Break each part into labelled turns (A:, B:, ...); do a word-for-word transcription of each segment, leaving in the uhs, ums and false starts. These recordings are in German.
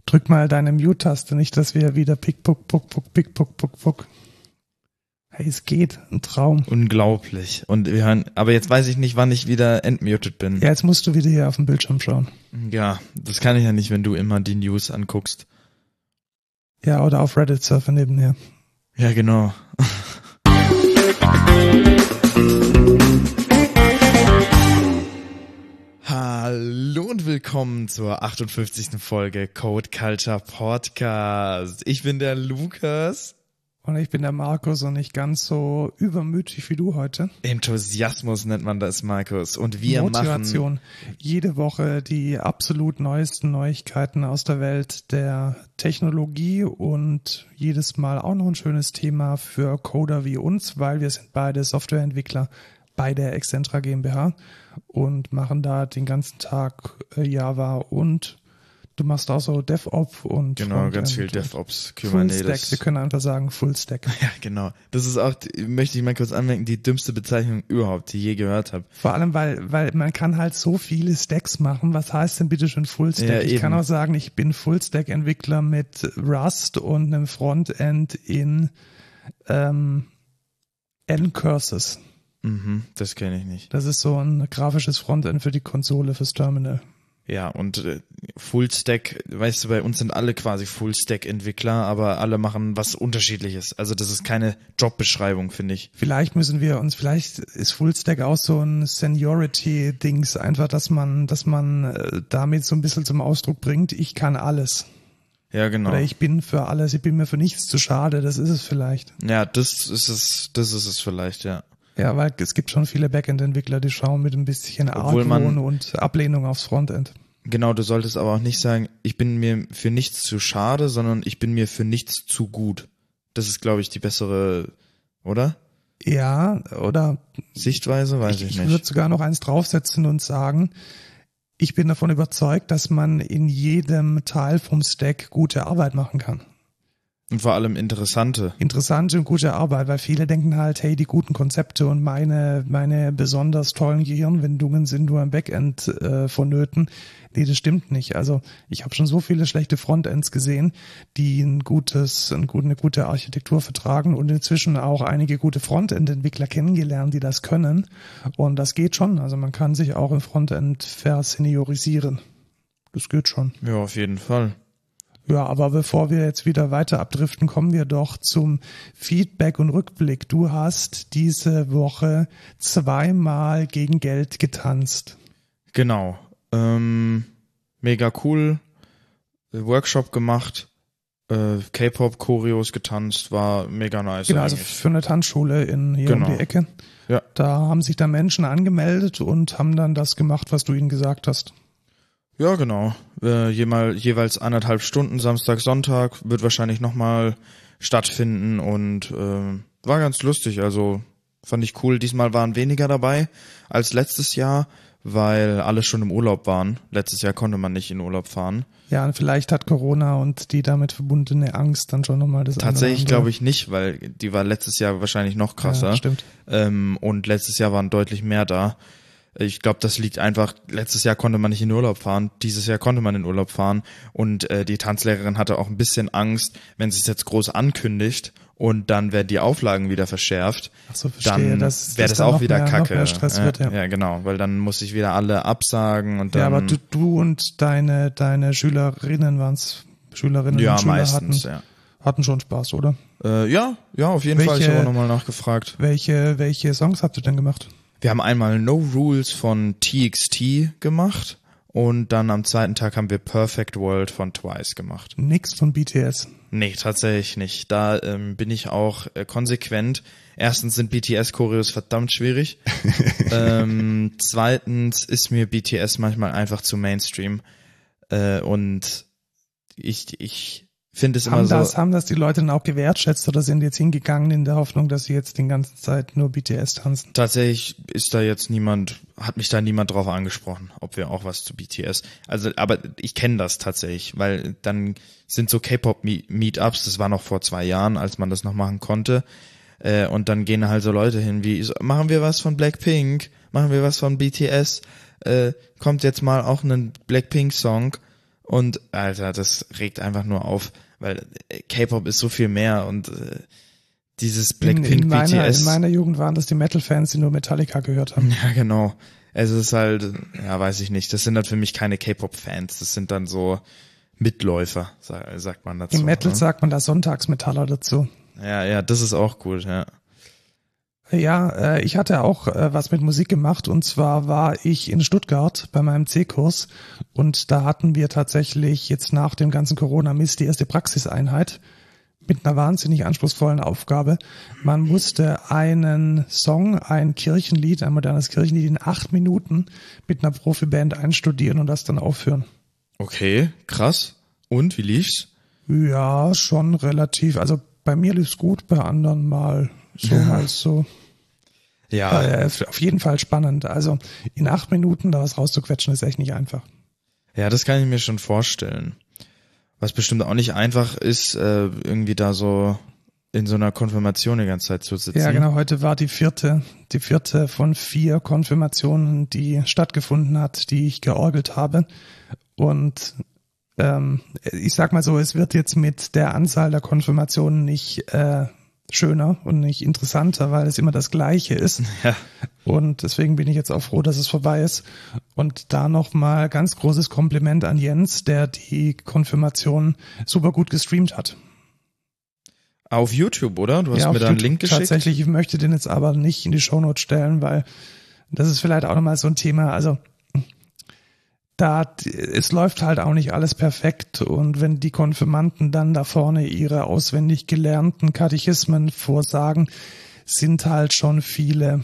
A: Drück mal deine Mute-Taste, nicht, dass wir wieder pick, puck, puck, puck, pick, puck, puck, puck. Hey, es geht. Ein Traum.
B: Unglaublich. Und wir hören, aber jetzt weiß ich nicht, wann ich wieder entmutet bin.
A: Ja, jetzt musst du wieder hier auf dem Bildschirm schauen.
B: Ja, das kann ich ja nicht, wenn du immer die News anguckst.
A: Ja, oder auf Reddit surfen nebenher.
B: Ja, genau. Hallo und willkommen zur achtundfünfzigsten Folge Code Culture Podcast. Ich bin der Lukas.
A: Und ich bin der Markus und nicht ganz so übermütig wie du heute.
B: Enthusiasmus nennt man das, Markus. Und wir
A: Motivation.
B: machen
A: Jede Woche die absolut neuesten Neuigkeiten aus der Welt der Technologie und jedes Mal auch noch ein schönes Thema für Coder wie uns, weil wir sind beide Softwareentwickler bei der Excentra GmbH und machen da den ganzen Tag Java und du machst auch so DevOps und
B: genau,
A: Frontend
B: ganz viel DevOps, Kubernetes.
A: Full Stack, wir können einfach sagen Full Stack.
B: Ja, genau. Das ist auch, möchte ich mal kurz anmerken, die dümmste Bezeichnung überhaupt, die ich je gehört habe.
A: Vor allem, weil weil man kann halt so viele Stacks machen. Was heißt denn bitte schon Full Stack?
B: Ja,
A: ich
B: eben.
A: kann auch sagen, ich bin Full Stack Entwickler mit Rust und einem Frontend in ähm, N-Curses.
B: Mhm, das kenne ich nicht.
A: Das ist so ein grafisches Frontend für die Konsole, fürs Terminal.
B: Ja, und äh, Fullstack, weißt du, bei uns sind alle quasi Fullstack-Entwickler, aber alle machen was Unterschiedliches. Also das ist keine Jobbeschreibung, finde ich.
A: Vielleicht müssen wir uns, vielleicht ist Fullstack auch so ein Seniority-Dings, einfach, dass man, dass man äh, damit so ein bisschen zum Ausdruck bringt, ich kann alles.
B: Ja, genau.
A: Oder ich bin für alles, ich bin mir für nichts zu schade, das ist es vielleicht.
B: Ja, das ist es, das ist es vielleicht, ja.
A: Ja, weil es gibt schon viele Backend-Entwickler, die schauen mit ein bisschen
B: Obwohl man-
A: Argwohn und Ablehnung aufs Frontend.
B: Genau, du solltest aber auch nicht sagen, ich bin mir für nichts zu schade, sondern ich bin mir für nichts zu gut. Das ist, glaube ich, die bessere, oder?
A: Ja, oder
B: Sichtweise, weiß ich,
A: ich, ich
B: nicht.
A: würde sogar noch eins draufsetzen und sagen, ich bin davon überzeugt, dass man in jedem Teil vom Stack gute Arbeit machen kann.
B: Und vor allem interessante.
A: Interessante und gute Arbeit, weil viele denken halt, hey, die guten Konzepte und meine meine besonders tollen Gehirnwindungen sind nur im Backend äh, vonnöten. Nee, das stimmt nicht. Also ich habe schon so viele schlechte Frontends gesehen, die ein gutes, ein gut, eine gute Architektur vertragen und inzwischen auch einige gute Frontend-Entwickler kennengelernt, die das können. Und das geht schon. Also man kann sich auch im Frontend verseniorisieren. Das geht schon.
B: Ja, auf jeden Fall.
A: Ja, aber bevor wir jetzt wieder weiter abdriften, kommen wir doch zum Feedback und Rückblick. Du hast diese Woche zweimal gegen Geld getanzt.
B: Genau. Ähm, mega cool. Workshop gemacht. Äh, K-Pop-Choreos getanzt. War mega nice.
A: Genau, also
B: eigentlich.
A: für eine Tanzschule in hier
B: Genau.
A: um die Ecke.
B: Ja.
A: Da haben sich da Menschen angemeldet und haben dann das gemacht, was du ihnen gesagt hast.
B: Ja, genau. Äh, jemal, jeweils anderthalb Stunden, Samstag, Sonntag, wird wahrscheinlich nochmal stattfinden und äh, war ganz lustig. Also fand ich cool. Diesmal waren weniger dabei als letztes Jahr, weil alle schon im Urlaub waren. Letztes Jahr konnte man nicht in Urlaub fahren.
A: Ja, und vielleicht hat Corona und die damit verbundene Angst dann schon nochmal das
B: Tatsächlich glaube ich nicht, weil die war letztes Jahr wahrscheinlich noch krasser.
A: Ja, stimmt.
B: Ähm, und letztes Jahr waren deutlich mehr da. Ich glaube, das liegt einfach, letztes Jahr konnte man nicht in Urlaub fahren, dieses Jahr konnte man in Urlaub fahren und äh, die Tanzlehrerin hatte auch ein bisschen Angst, wenn sie es jetzt groß ankündigt und dann werden die Auflagen wieder verschärft,
A: Ach so, verstehe,
B: dann
A: dass-
B: wäre
A: dass
B: das
A: dann
B: auch
A: noch
B: wieder
A: mehr- noch
B: Kacke.
A: mehr Stress
B: ja,
A: wird, ja.
B: ja, genau, weil dann muss ich wieder alle absagen und dann...
A: Ja, aber du, du und deine, deine Schülerinnen waren's, Schülerinnen
B: ja,
A: und Schüler
B: meistens,
A: hatten,
B: ja.
A: hatten schon Spaß, oder?
B: Äh, ja, ja, auf jeden Fall, ich
A: Welche-
B: habe auch nochmal nachgefragt.
A: Welche, welche Songs habt ihr denn gemacht?
B: Wir haben einmal No Rules von T X T gemacht und dann am zweiten Tag haben wir Perfect World von Twice gemacht.
A: Nix von B T S.
B: Nee, tatsächlich nicht. Da ähm, bin ich auch äh, konsequent. Erstens sind B T S-Choreos verdammt schwierig. ähm, zweitens ist mir B T S manchmal einfach zu Mainstream. Äh, und ich, ich finde es immer
A: Haben
B: so...
A: das, haben das die Leute dann auch gewertschätzt oder sind jetzt hingegangen in der Hoffnung, dass sie jetzt die ganze Zeit nur B T S tanzen?
B: Tatsächlich ist da jetzt niemand, hat mich da niemand drauf angesprochen, ob wir auch was zu B T S. Also, aber ich kenne das tatsächlich, weil dann sind so K-Pop-Meetups, das war noch vor zwei Jahren, als man das noch machen konnte. Äh, und dann gehen halt so Leute hin wie, so, machen wir was von Blackpink, machen wir was von B T S, äh, kommt jetzt mal auch ein Blackpink-Song. Und Alter, das regt einfach nur auf, weil K-Pop ist so viel mehr und äh, dieses Blackpink
A: in, in meiner,
B: B T S.
A: In meiner Jugend waren das die Metal-Fans, die nur Metallica gehört haben.
B: Ja, genau. Es ist halt, ja, weiß ich nicht. Das sind halt für mich keine K-Pop-Fans. Das sind dann so Mitläufer, sagt man dazu.
A: Im Metal
B: ne?
A: sagt man da Sonntagsmetaller dazu.
B: Ja, ja, das ist auch gut, ja.
A: Ja, äh, ich hatte auch äh, was mit Musik gemacht und zwar war ich in Stuttgart bei meinem C-Kurs und da hatten wir tatsächlich jetzt nach dem ganzen Corona-Mist die erste Praxiseinheit mit einer wahnsinnig anspruchsvollen Aufgabe. Man musste einen Song, ein Kirchenlied, ein modernes Kirchenlied in acht Minuten mit einer Profiband einstudieren und das dann aufführen.
B: Okay, krass. Und, wie lief's?
A: Ja, schon relativ. Also bei mir lief's gut, bei anderen mal so, mal so.
B: Ja.
A: Äh, auf jeden Fall spannend. Also in acht Minuten da was rauszuquetschen ist echt nicht einfach.
B: Ja, das kann ich mir schon vorstellen. Was bestimmt auch nicht einfach ist, äh, irgendwie da so in so einer Konfirmation die ganze Zeit zu sitzen.
A: Ja, genau. Heute war die vierte, die vierte von vier Konfirmationen, die stattgefunden hat, die ich georgelt habe. Und ähm, ich sag mal so, es wird jetzt mit der Anzahl der Konfirmationen nicht äh, schöner und nicht interessanter, weil es immer das Gleiche ist.
B: Ja.
A: Und deswegen bin ich jetzt auch froh, dass es vorbei ist. Und da nochmal ganz großes Kompliment an Jens, der die Konfirmation super gut gestreamt hat.
B: Auf YouTube, oder? Du hast
A: ja,
B: mir da einen
A: YouTube
B: Link geschickt.
A: Tatsächlich, ich möchte den jetzt aber nicht in die Shownotes stellen, weil das ist vielleicht auch nochmal so ein Thema. Also da, es läuft halt auch nicht alles perfekt und wenn die Konfirmanden dann da vorne ihre auswendig gelernten Katechismen vorsagen, sind halt schon viele,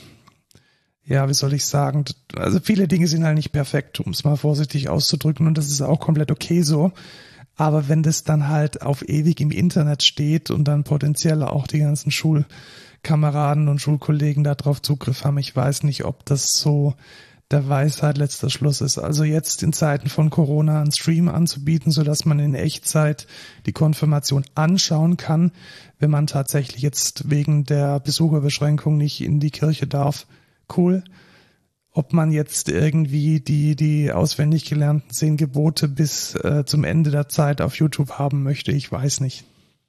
A: ja, wie soll ich sagen, also viele Dinge sind halt nicht perfekt, um es mal vorsichtig auszudrücken und das ist auch komplett okay so, aber wenn das dann halt auf ewig im Internet steht und dann potenziell auch die ganzen Schulkameraden und Schulkollegen da drauf Zugriff haben, ich weiß nicht, ob das so der Weisheit letzter Schluss ist. Also jetzt in Zeiten von Corona einen Stream anzubieten, sodass man in Echtzeit die Konfirmation anschauen kann, wenn man tatsächlich jetzt wegen der Besucherbeschränkung nicht in die Kirche darf. Cool. Ob man jetzt irgendwie die die auswendig gelernten zehn Gebote bis äh, zum Ende der Zeit auf YouTube haben möchte, ich weiß nicht.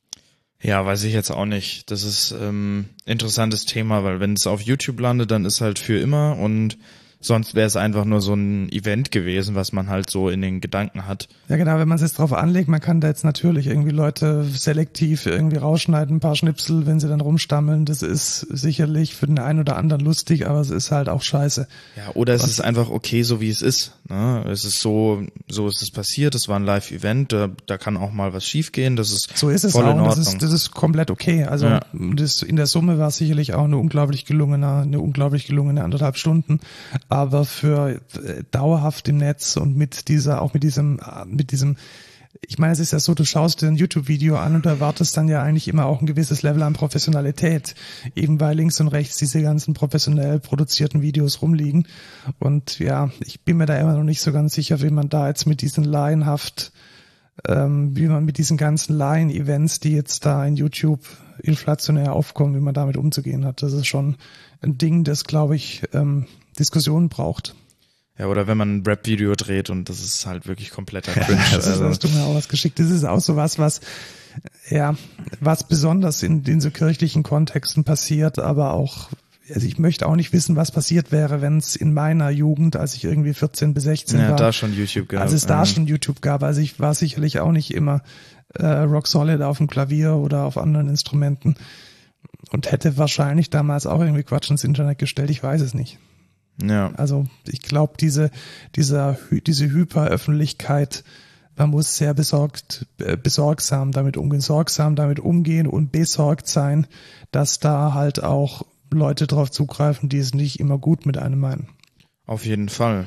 B: Ja, weiß ich jetzt auch nicht. Das ist ähm, interessantes Thema, weil wenn es auf YouTube landet, dann ist halt für immer und sonst wäre es einfach nur so ein Event gewesen, was man halt so in den Gedanken hat.
A: Ja genau, wenn man es jetzt drauf anlegt, man kann da jetzt natürlich irgendwie Leute selektiv irgendwie rausschneiden, ein paar Schnipsel, wenn sie dann rumstammeln. Das ist sicherlich für den einen oder anderen lustig, aber es ist halt auch scheiße.
B: Ja, oder es ist einfach okay, so wie es ist. Ne? Es ist so, so ist es passiert, es war ein Live-Event, da, da kann auch mal was schiefgehen, das ist
A: so ist es
B: voll
A: auch
B: in
A: und das
B: Ordnung.
A: ist, das ist komplett okay. Also
B: Ja.
A: das, in der Summe war es sicherlich auch eine unglaublich gelungene, eine unglaublich gelungene anderthalb Stunden. Aber für äh, dauerhaft im Netz und mit dieser, auch mit diesem, äh, mit diesem, ich meine, es ist ja so, du schaust dir ein YouTube-Video an und du erwartest dann ja eigentlich immer auch ein gewisses Level an Professionalität, eben weil links und rechts diese ganzen professionell produzierten Videos rumliegen. Und ja, ich bin mir da immer noch nicht so ganz sicher, wie man da jetzt mit diesen laienhaft, ähm, wie man mit diesen ganzen Laien-Events, die jetzt da in YouTube inflationär aufkommen, wie man damit umzugehen hat. Das ist schon ein Ding, das, glaube ich, ähm, Diskussionen braucht.
B: Ja, oder wenn man ein Rap-Video dreht und das ist halt wirklich kompletter Cringe.
A: Ja, das ist,
B: also.
A: hast du mir auch was geschickt. Das ist auch so was, was, ja, was besonders in, in so kirchlichen Kontexten passiert, aber auch, also ich möchte auch nicht wissen, was passiert wäre, wenn es in meiner Jugend, als ich irgendwie vierzehn bis sechzehn
B: Ja,
A: war,
B: da schon YouTube gab.
A: als es da
B: ja.
A: schon YouTube gab. Also ich war sicherlich auch nicht immer äh, rock solid auf dem Klavier oder auf anderen Instrumenten und hätte wahrscheinlich damals auch irgendwie Quatsch ins Internet gestellt. Ich weiß es nicht.
B: Ja.
A: Also ich glaube, diese, dieser, diese Hyperöffentlichkeit, man muss sehr besorgt, äh, besorgsam damit umgehen, sorgsam damit umgehen und besorgt sein, dass da halt auch Leute drauf zugreifen, die es nicht immer gut mit einem meinen.
B: Auf jeden Fall.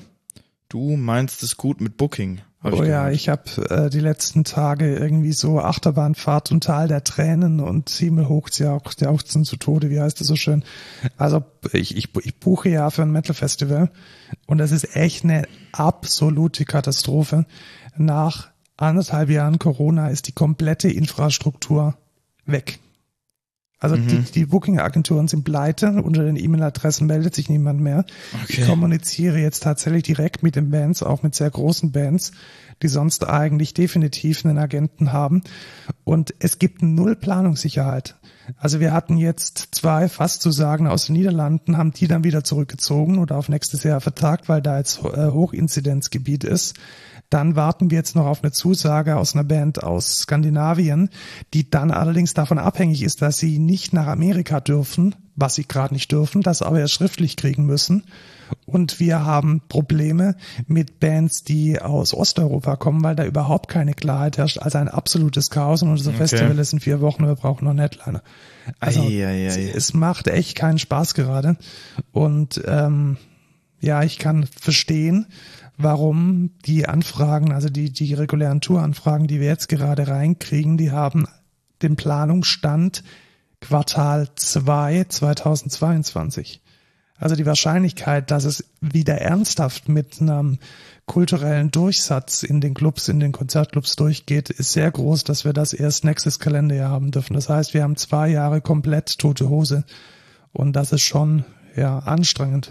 B: Du meinst es gut mit Booking. Hab
A: Oh
B: ich
A: ja,
B: gehört.
A: ich habe äh, die letzten Tage irgendwie so Achterbahnfahrt und Tal der Tränen und himmelhoch jauchzen zu Tode, wie heißt das so schön. Also ich, ich, ich buche ja für ein Metal-Festival und das ist echt eine absolute Katastrophe. Nach anderthalb Jahren Corona ist die komplette Infrastruktur weg. Also
B: Mhm.
A: die, die Booking-Agenturen sind pleite, unter den E-Mail-Adressen meldet sich niemand mehr.
B: Okay.
A: Ich kommuniziere jetzt tatsächlich direkt mit den Bands, auch mit sehr großen Bands, die sonst eigentlich definitiv einen Agenten haben. Und es gibt null Planungssicherheit. Also wir hatten jetzt zwei fast zu sagen aus den Niederlanden, haben die dann wieder zurückgezogen oder auf nächstes Jahr vertagt, weil da jetzt äh, Hochinzidenzgebiet ist. Dann warten wir jetzt noch auf eine Zusage aus einer Band aus Skandinavien, die dann allerdings davon abhängig ist, dass sie nicht nach Amerika dürfen, was sie gerade nicht dürfen, das aber erst schriftlich kriegen müssen. Und wir haben Probleme mit Bands, die aus Osteuropa kommen, weil da überhaupt keine Klarheit herrscht. Also ein absolutes Chaos und unser
B: Okay.
A: Festival ist in vier Wochen, wir brauchen noch einen Headliner. Also
B: Ei, ei, ei.
A: es macht echt keinen Spaß gerade. Und ähm, ja, ich kann verstehen, warum die Anfragen, also die, die regulären Touranfragen, die wir jetzt gerade reinkriegen, die haben den Planungsstand Quartal zwei zweitausendzweiundzwanzig. Also die Wahrscheinlichkeit, dass es wieder ernsthaft mit einem kulturellen Durchsatz in den Clubs, in den Konzertclubs durchgeht, ist sehr groß, dass wir das erst nächstes Kalenderjahr haben dürfen. Das heißt, wir haben zwei Jahre komplett tote Hose und das ist schon ja anstrengend.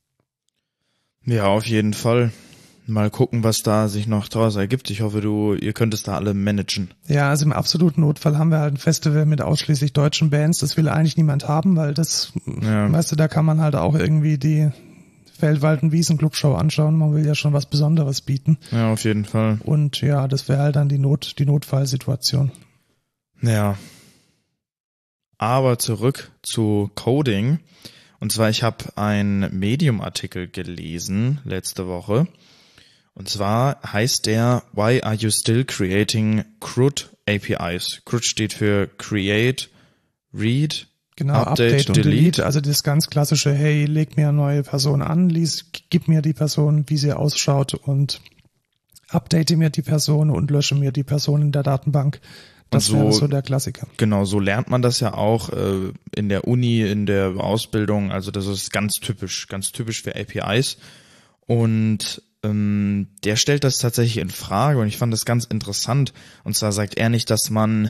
B: Ja, auf jeden Fall. Mal gucken, was da sich noch draus ergibt. Ich hoffe, du, ihr könnt es da alle managen.
A: Ja, also im absoluten Notfall haben wir halt ein Festival mit ausschließlich deutschen Bands. Das will eigentlich niemand haben, weil das,
B: Ja.
A: weißt du, da kann man halt auch irgendwie die Feldwald- und Wiesen-Clubshow anschauen. Man will ja schon was Besonderes bieten.
B: Ja, auf jeden Fall.
A: Und ja, das wäre halt dann die Not, die Notfallsituation.
B: Ja. Aber zurück zu Coding. Und zwar, ich habe einen Medium-Artikel gelesen letzte Woche. Und zwar heißt der Why are you still creating C R U D A P Is? C R U D steht für Create, Read,
A: Genau,
B: Update,
A: Update, und
B: Delete.
A: Delete. Also das ganz klassische, hey, leg mir eine neue Person an, lies, gib mir die Person, wie sie ausschaut und update mir die Person und lösche mir die Person in der Datenbank. Das
B: Und so-
A: wäre so der Klassiker.
B: Genau, so lernt man das ja auch äh, in der Uni, in der Ausbildung. Also das ist ganz typisch, ganz typisch für A P Is. Und ähm, der stellt das tatsächlich in Frage und ich fand das ganz interessant. Und zwar sagt er nicht, dass man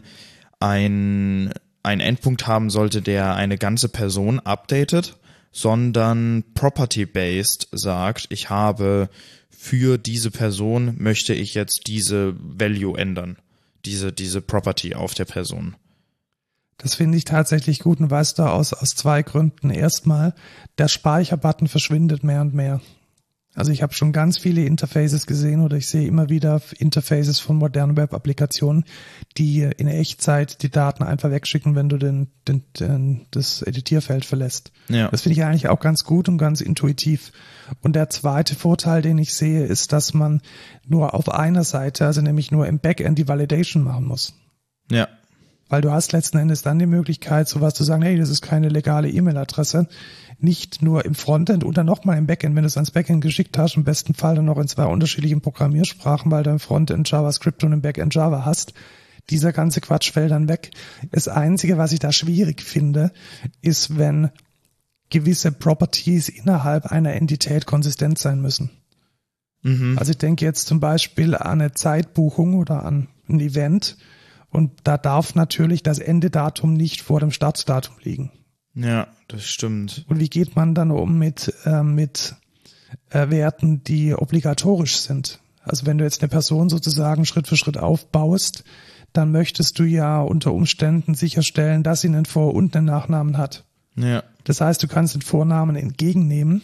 B: ein einen Endpunkt haben sollte, der eine ganze Person updatet, sondern property-based sagt, ich habe für diese Person möchte ich jetzt diese Value ändern. Diese, diese Property auf der Person.
A: Das finde ich tatsächlich gut und weiß da aus, aus zwei Gründen. Erstmal, der Speicherbutton verschwindet mehr und mehr. Also ich habe schon ganz viele Interfaces gesehen oder ich sehe immer wieder Interfaces von modernen Web-Applikationen, die in Echtzeit die Daten einfach wegschicken, wenn du den, den, den, das Editierfeld verlässt.
B: Ja.
A: Das finde ich eigentlich auch ganz gut und ganz intuitiv. Und der zweite Vorteil, den ich sehe, ist, dass man nur auf einer Seite, also nämlich nur im Backend die Validation machen muss.
B: Ja.
A: Weil du hast letzten Endes dann die Möglichkeit, sowas zu sagen, hey, das ist keine legale E-Mail-Adresse. Nicht nur im Frontend oder nochmal im Backend, wenn du es ans Backend geschickt hast, im besten Fall dann noch in zwei unterschiedlichen Programmiersprachen, weil du im Frontend JavaScript und im Backend Java hast. Dieser ganze Quatsch fällt dann weg. Das Einzige, was ich da schwierig finde, ist, wenn gewisse Properties innerhalb einer Entität konsistent sein müssen.
B: Mhm.
A: Also ich denke jetzt zum Beispiel an eine Zeitbuchung oder an ein Event und da darf natürlich das Endedatum nicht vor dem Startdatum liegen.
B: Ja, das stimmt.
A: Und wie geht man dann um mit, äh, mit äh, Werten, die obligatorisch sind? Also wenn du jetzt eine Person sozusagen Schritt für Schritt aufbaust, dann möchtest du ja unter Umständen sicherstellen, dass sie einen Vor- und einen Nachnamen hat.
B: Ja.
A: Das heißt, du kannst den Vornamen entgegennehmen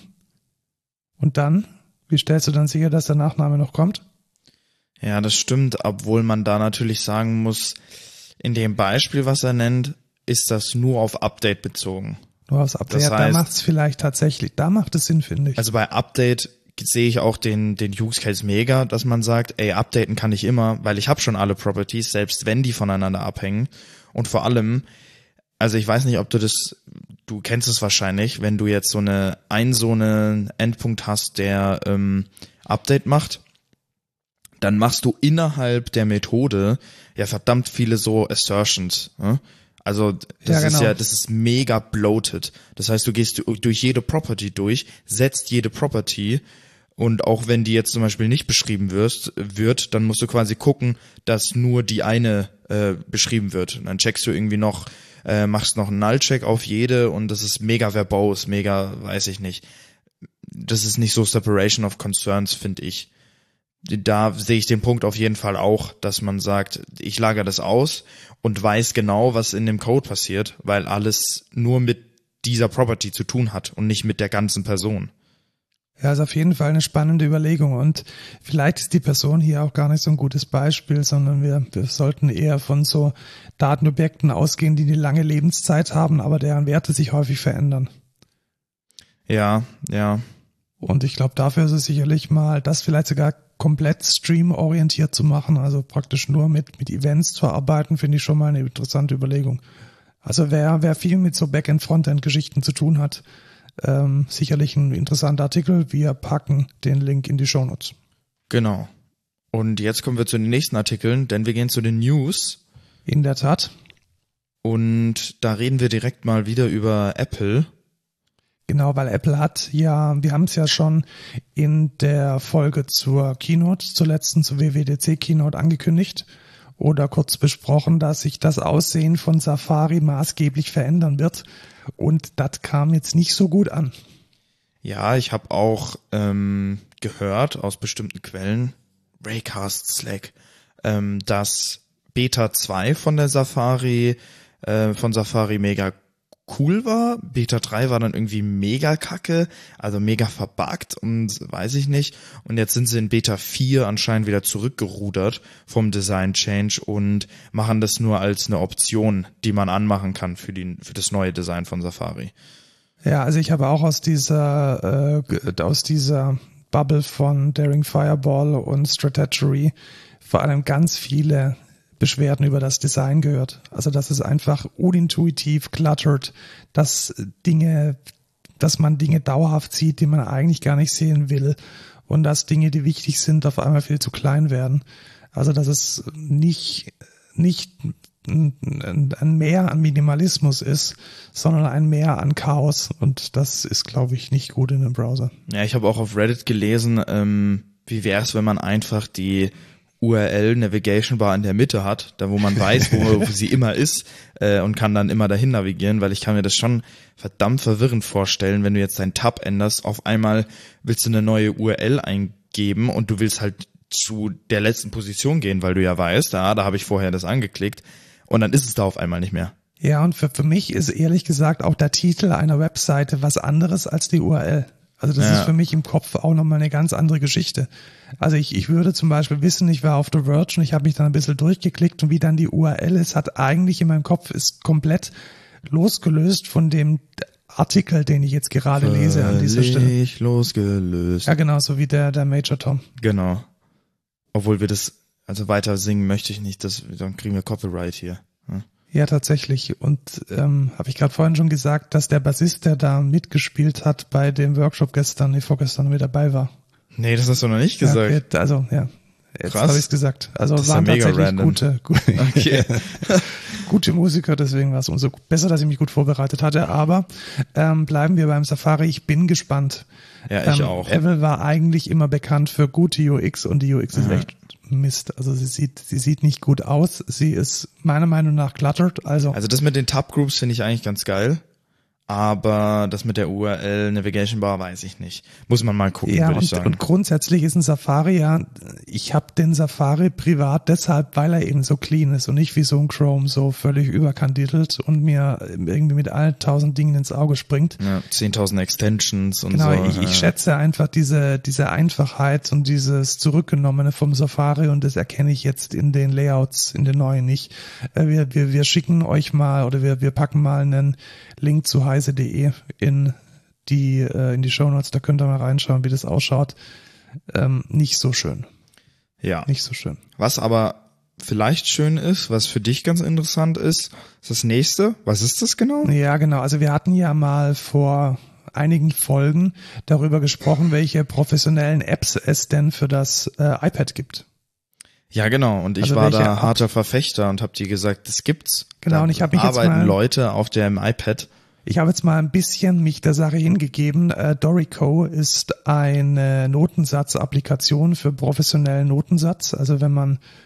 A: und dann, wie stellst du dann sicher, dass der Nachname noch kommt?
B: Ja, das stimmt, obwohl man da natürlich sagen muss, in dem Beispiel, was er nennt, ist das nur auf Update bezogen.
A: Nur aufs Update,
B: Das
A: da
B: heißt-
A: macht es vielleicht tatsächlich, da macht es Sinn, finde ich.
B: Also bei Update sehe ich auch den den Use Case mega, dass man sagt, ey, updaten kann ich immer, weil ich habe schon alle Properties, selbst wenn die voneinander abhängen. Und vor allem, also ich weiß nicht, ob du das, du kennst es wahrscheinlich, wenn du jetzt so eine ein so einen Endpunkt hast, der ähm, Update macht, dann machst du innerhalb der Methode ja verdammt viele so Assertions. Ne? Also das
A: Ja,
B: ist
A: genau.
B: ja, das ist mega bloated. Das heißt, du gehst durch jede Property durch, setzt jede Property und auch wenn die jetzt zum Beispiel nicht beschrieben wirst, wird, dann musst du quasi gucken, dass nur die eine äh, beschrieben wird. Und dann checkst du irgendwie noch, äh, machst noch einen Nullcheck auf jede und das ist mega verbose, mega, weiß ich nicht. Das ist nicht so Separation of Concerns, finde ich. Da sehe ich den Punkt auf jeden Fall auch, dass man sagt, ich lagere das aus und weiß genau, was in dem Code passiert, weil alles nur mit dieser Property zu tun hat und nicht mit der ganzen Person.
A: Ja, ist auf jeden Fall eine spannende Überlegung und vielleicht ist die Person hier auch gar nicht so ein gutes Beispiel, sondern wir, wir sollten eher von so Datenobjekten ausgehen, die eine lange Lebenszeit haben, aber deren Werte sich häufig verändern.
B: Ja, ja.
A: Und ich glaube, dafür ist es sicherlich mal, das vielleicht sogar komplett streamorientiert zu machen, also praktisch nur mit mit Events zu arbeiten, finde ich schon mal eine interessante Überlegung. Also wer wer viel mit so Backend-Frontend-Geschichten zu tun hat, ähm, sicherlich ein interessanter Artikel. Wir packen den Link in die Shownotes.
B: Genau. Und jetzt kommen wir zu den nächsten Artikeln, denn wir gehen zu den News.
A: In der Tat.
B: Und da reden wir direkt mal wieder über Apple.
A: Genau, weil Apple hat ja, wir haben es ja schon in der Folge zur Keynote, zur letzten, zur W W D C Keynote angekündigt oder kurz besprochen, dass sich das Aussehen von Safari maßgeblich verändern wird. Und das kam jetzt nicht so gut an.
B: Ja, ich habe auch ähm, gehört aus bestimmten Quellen, Raycast, Slack, ähm, dass Beta zwei von der Safari, äh, von Safari mega cool war. Beta drei war dann irgendwie mega kacke, also mega verbuggt und weiß ich nicht. Und jetzt sind sie in Beta vier anscheinend wieder zurückgerudert vom Design Change und machen das nur als eine Option, die man anmachen kann für die für das neue Design von Safari.
A: Ja, also ich habe auch aus dieser äh, aus dieser Bubble von Daring Fireball und Strategy vor allem ganz viele Beschwerden über das Design gehört. Also dass es einfach unintuitiv cluttert, dass Dinge, dass man Dinge dauerhaft sieht, die man eigentlich gar nicht sehen will und dass Dinge, die wichtig sind, auf einmal viel zu klein werden. Also dass es nicht nicht ein, ein Mehr an Minimalismus ist, sondern ein Mehr an Chaos und das ist, glaube ich, nicht gut in einem Browser.
B: Ja, ich habe auch auf Reddit gelesen, ähm, wie wäre es, wenn man einfach die U R L Navigation Bar in der Mitte hat, da wo man weiß, wo, wo sie immer ist äh, und kann dann immer dahin navigieren, weil ich kann mir das schon verdammt verwirrend vorstellen, wenn du jetzt deinen Tab änderst, auf einmal willst du eine neue U R L eingeben und du willst halt zu der letzten Position gehen, weil du ja weißt, da, da habe ich vorher das angeklickt und dann ist es da auf einmal nicht mehr.
A: Ja, und für, für mich ist ehrlich gesagt auch der Titel einer Webseite was anderes als die U R L. Also das ja. ist für mich im Kopf auch nochmal eine ganz andere Geschichte. Also ich, ich würde zum Beispiel wissen, ich war auf The Verge und ich habe mich dann ein bisschen durchgeklickt und wie dann die U R L ist, hat eigentlich in meinem Kopf ist komplett losgelöst von dem Artikel, den ich jetzt gerade Völlig lese an dieser Stelle.
B: losgelöst.
A: Ja, genau, so wie der, der Major Tom.
B: Genau. Obwohl wir das, also weiter singen möchte ich nicht, das, dann kriegen wir Copyright hier. Hm?
A: Ja, tatsächlich. Und ähm, habe ich gerade vorhin schon gesagt, dass der Bassist, der da mitgespielt hat bei dem Workshop gestern, nee, vorgestern mit dabei war.
B: Nee, das hast du noch nicht gesagt.
A: Ja, okay, also, ja. Jetzt habe ich es gesagt. Also
B: das
A: waren
B: ist ja mega
A: tatsächlich
B: random.
A: gute, gute,
B: okay.
A: gute Musiker, deswegen war es umso besser, dass ich mich gut vorbereitet hatte. Aber ähm, bleiben wir beim Safari. Ich bin gespannt.
B: Ja, ich
A: ähm,
B: auch.
A: Apple war eigentlich immer bekannt für gute U X und die U X ist
B: ja.
A: echt Mist. Also sie sieht, sie sieht nicht gut aus. Sie ist meiner Meinung nach cluttered. Also,
B: also das mit den Tab-Groups finde ich eigentlich ganz geil. Aber das mit der U R L Navigation Bar weiß ich nicht. Muss man mal gucken,
A: ja,
B: würde ich
A: und,
B: sagen.
A: und grundsätzlich ist ein Safari ja, ich habe den Safari privat deshalb, weil er eben so clean ist und nicht wie so ein Chrome so völlig überkandidelt und mir irgendwie mit allen tausend Dingen ins Auge springt.
B: Ja, zehntausend Extensions und
A: genau,
B: so.
A: Ich, ich schätze einfach diese diese Einfachheit und dieses Zurückgenommene vom Safari und das erkenne ich jetzt in den Layouts, in den neuen nicht. Wir, wir, wir schicken euch mal oder wir, wir packen mal einen Link zu heise punkt de in die äh, in die Shownotes, da könnt ihr mal reinschauen, wie das ausschaut. Ähm, nicht so schön.
B: Ja.
A: Nicht so schön.
B: Was aber vielleicht schön ist, was für dich ganz interessant ist, ist das nächste. Was ist das genau?
A: Ja, genau. Also wir hatten ja mal vor einigen Folgen darüber gesprochen, welche professionellen Apps es denn für das äh, iPad gibt.
B: Ja, genau. Und ich
A: also
B: war da
A: App?
B: harter Verfechter und hab dir gesagt, das gibt's.
A: Genau.
B: Da
A: und ich habe mich jetzt
B: arbeiten
A: mal
B: Leute auf dem iPad.
A: Ich habe jetzt mal ein bisschen mich der Sache hingegeben. Äh, Dorico ist eine Notensatz-Applikation für professionellen Notensatz. Also wenn man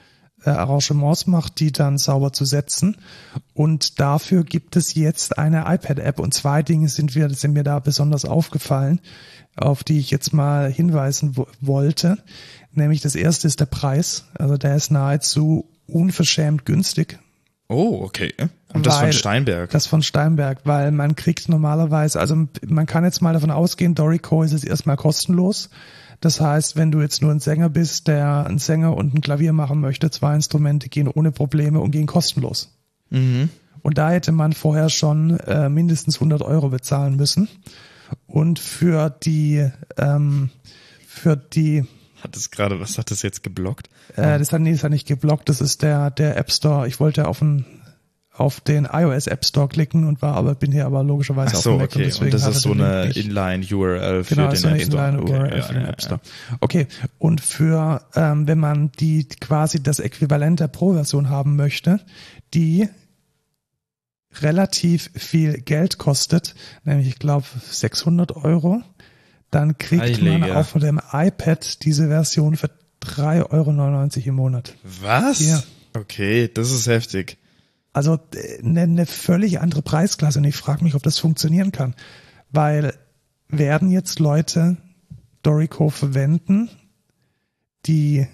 A: äh, Arrangements macht, die dann sauber zu setzen. Und dafür gibt es jetzt eine iPad-App. Und zwei Dinge sind, wir, sind mir da besonders aufgefallen, auf die ich jetzt mal hinweisen wo- wollte. Nämlich das erste ist der Preis. Also der ist nahezu unverschämt günstig.
B: Oh, okay. Und das
A: Weil-
B: von Steinberg.
A: Das von Steinberg, weil man kriegt normalerweise, also man kann jetzt mal davon ausgehen, Dorico ist es erstmal kostenlos. Das heißt, wenn du jetzt nur ein Sänger bist, der einen Sänger und ein Klavier machen möchte, zwei Instrumente gehen ohne Probleme und gehen kostenlos.
B: Mhm.
A: Und da hätte man vorher schon äh, mindestens hundert Euro bezahlen müssen. Und für die, ähm, für die,
B: Hat es gerade, was hat das jetzt geblockt?
A: äh, das hat, nee, das hat nicht geblockt, das ist der, der App Store. Ich wollte auf den, auf den iOS App Store klicken und war aber, bin hier aber logischerweise
B: Ach
A: auf
B: so,
A: dem Mac
B: okay.
A: deswegen
B: Und das
A: hat
B: ist
A: er
B: so
A: den
B: eine
A: Link nicht.
B: Inline-U R L für
A: Genau,
B: den
A: so eine
B: App Store.
A: Inline-U R L
B: Okay,
A: für
B: ja,
A: den
B: ja,
A: App Store. Okay, und für, ähm, wenn man die quasi das Äquivalent der Pro-Version haben möchte, die relativ viel Geld kostet, nämlich ich glaube sechshundert Euro, dann kriegt
B: Heilige.
A: man auf dem iPad diese Version für drei Euro neunundneunzig im Monat.
B: Was?
A: Ja.
B: Okay, das ist heftig.
A: Also eine, eine völlig andere Preisklasse und ich frage mich, ob das funktionieren kann, weil werden jetzt Leute Dorico verwenden, die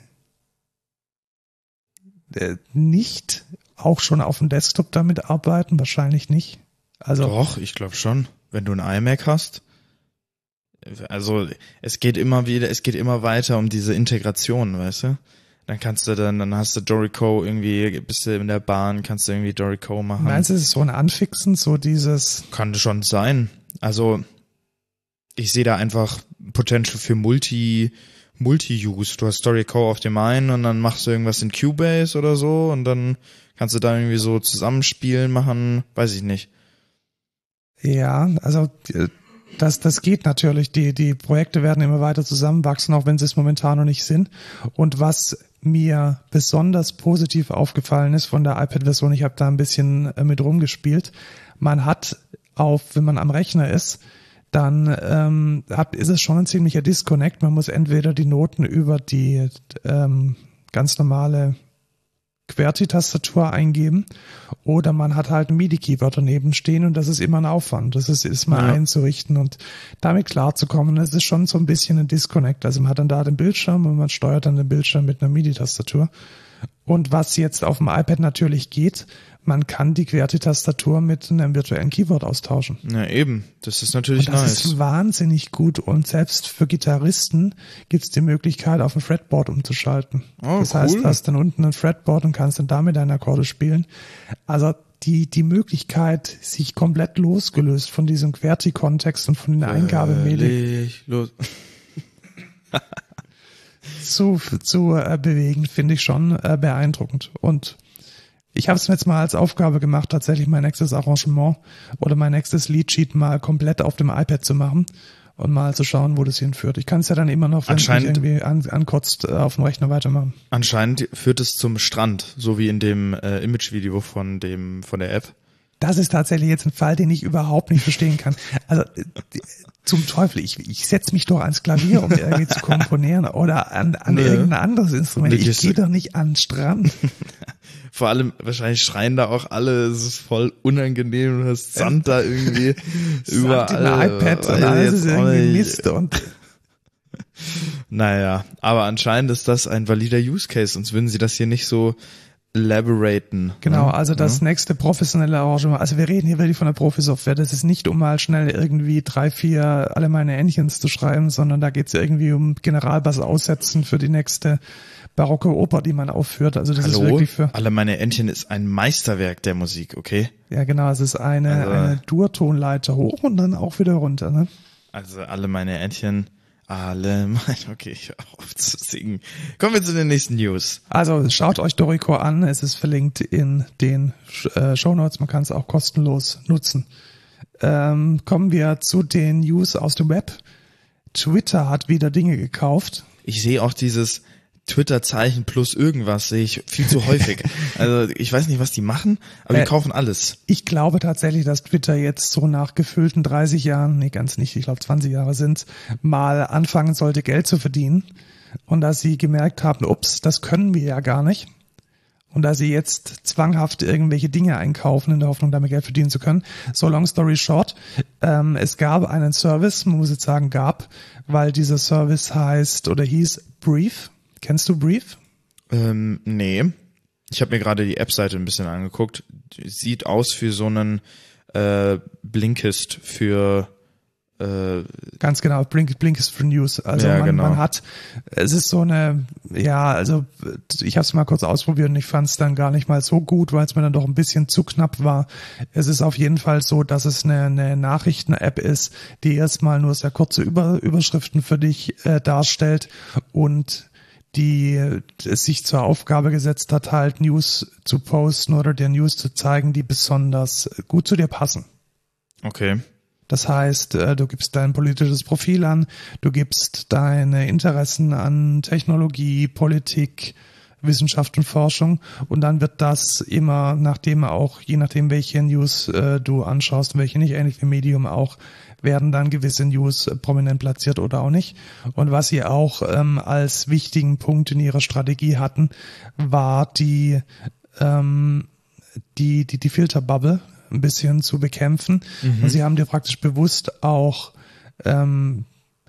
A: äh, nicht auch schon auf dem Desktop damit arbeiten? Wahrscheinlich nicht. Also
B: Doch, ich glaube schon. Wenn du ein iMac hast. Also es geht immer wieder, es geht immer weiter um diese Integration, weißt du? Dann kannst du dann, dann hast du Dorico irgendwie, bist du in der Bahn, kannst du irgendwie Dorico machen.
A: meinst du, es ist so ein Anfixen, so dieses,
B: Kann schon sein. Also ich sehe da einfach Potential für Multi, Multi-Use. Du hast Dorico auf dem einen und dann machst du irgendwas in Cubase oder so und dann kannst du da irgendwie so Zusammenspielen machen, weiß ich nicht.
A: ja, also äh, das, das geht natürlich. Die, die Projekte werden immer weiter zusammenwachsen, auch wenn sie es momentan noch nicht sind. Und was mir besonders positiv aufgefallen ist von der iPad-Version, ich habe da ein bisschen äh, mit rumgespielt, man hat auf, wenn man am Rechner ist, dann ähm, hat, ist es schon ein ziemlicher Disconnect. Man muss entweder die Noten über die ähm, ganz normale QWERTY-Tastatur eingeben oder man hat halt ein MIDI-Keyboard daneben stehen und das ist immer ein Aufwand. Das ist, ist mal
B: Ja.
A: einzurichten und damit klarzukommen. Es ist schon so ein bisschen ein Disconnect. Also man hat dann da den Bildschirm und man steuert dann den Bildschirm mit einer MIDI-Tastatur. Und was jetzt auf dem iPad natürlich geht, man kann die QWERTY-Tastatur mit einem virtuellen Keyboard austauschen.
B: Na eben, das ist natürlich
A: Und das
B: nice.
A: ist wahnsinnig gut und selbst für Gitarristen gibt es die Möglichkeit, auf ein Fretboard umzuschalten.
B: Oh,
A: das heißt,
B: cool.
A: du hast dann unten ein Fretboard und kannst dann damit deine Akkorde spielen. Also die die Möglichkeit, sich komplett losgelöst von diesem QWERTY-Kontext und von den Eingabemedik
B: Völlig los.
A: zu, zu äh, bewegen, finde ich schon äh, beeindruckend. Und ich habe es mir jetzt mal als Aufgabe gemacht, tatsächlich mein nächstes Arrangement oder mein nächstes Liedsheet mal komplett auf dem iPad zu machen und mal zu schauen, wo das hinführt. Ich kann es ja dann immer noch, wenn es mich
B: Anscheinend-
A: irgendwie an, ankotzt, äh, auf dem Rechner weitermachen.
B: Anscheinend führt es zum Strand, so wie in dem äh, Image-Video von dem von der App.
A: Das ist tatsächlich jetzt ein Fall, den ich überhaupt nicht verstehen kann. Also äh, zum Teufel, ich, ich setze mich doch ans Klavier, um irgendwie zu komponieren oder an, an
B: Nee.
A: irgendein anderes Instrument. Ich
B: Wirklich.
A: gehe doch nicht an den Strand.
B: Vor allem, wahrscheinlich schreien da auch alle, es ist voll unangenehm, du hast Sand da irgendwie überall.
A: Sand im iPad und
B: Weiß
A: alles
B: jetzt
A: ist
B: auch
A: irgendwie
B: nicht.
A: Mist und
B: Naja, aber anscheinend ist das ein valider Use Case, sonst würden sie das hier nicht so elaboraten.
A: genau,
B: ne?
A: also das
B: Ja.
A: nächste professionelle Arrangement, also wir reden hier wirklich von der Profi-Software, das ist nicht, um mal schnell irgendwie drei, vier alle meine Entchens zu schreiben, sondern da geht es irgendwie um Generalbass aussetzen für die nächste barocke Oper, die man aufführt, also das ist
B: Hallo?
A: wirklich für,
B: Alle meine Entchen ist ein Meisterwerk der Musik, okay?
A: ja genau, es ist eine,
B: Also-
A: eine Durtonleiter hoch und dann auch wieder runter, ne?
B: Also alle meine Entchen, alle meine, okay, ich hör auf zu singen. Kommen wir zu den nächsten News.
A: Also schaut euch Dorico an, es ist verlinkt in den äh, Shownotes, man kann es auch kostenlos nutzen. Ähm, kommen wir zu den News aus dem Web. Twitter hat wieder Dinge gekauft.
B: Ich sehe auch dieses Twitter-Zeichen plus irgendwas, sehe ich viel zu häufig. Also ich weiß nicht, was die machen, aber die
A: Äh,
B: kaufen alles.
A: Ich glaube tatsächlich, dass Twitter jetzt so nach gefüllten dreißig Jahren, nee ganz nicht, ich glaube zwanzig Jahre sind, mal anfangen sollte, Geld zu verdienen. Und dass sie gemerkt haben, ups, das können wir ja gar nicht. Und da sie jetzt zwanghaft irgendwelche Dinge einkaufen, in der Hoffnung, damit Geld verdienen zu können. So, long story short, ähm, es gab einen Service, man muss jetzt sagen gab, weil dieser Service heißt oder hieß Brief. Kennst du Brief?
B: Ähm, nee. Ich habe mir gerade die App-Seite ein bisschen angeguckt. Sieht aus wie so einen äh, Blinkist für äh,
A: Ganz genau, Blink, Blinkist for News. Also
B: ja,
A: man,
B: genau.
A: man hat, es ist so eine, ja, also ich habe es mal kurz ausprobiert und ich fand es dann gar nicht mal so gut, weil es mir dann doch ein bisschen zu knapp war. Es ist auf jeden Fall so, dass es eine, eine Nachrichten-App ist, die erstmal nur sehr kurze Über, Überschriften für dich äh, darstellt und die es sich zur Aufgabe gesetzt hat, halt News zu posten oder dir News zu zeigen, die besonders gut zu dir passen.
B: Okay.
A: Das heißt, du gibst dein politisches Profil an, du gibst deine Interessen an Technologie, Politik, Wissenschaft und Forschung und dann wird das immer, nachdem auch, je nachdem welche News äh, du anschaust, welche nicht, ähnlich wie Medium auch, werden dann gewisse News äh, prominent platziert oder auch nicht. Und was sie auch ähm, als wichtigen Punkt in ihrer Strategie hatten, war die, ähm, die, die, die Filterbubble ein bisschen zu bekämpfen. Mhm. Und sie haben dir praktisch bewusst auch ähm,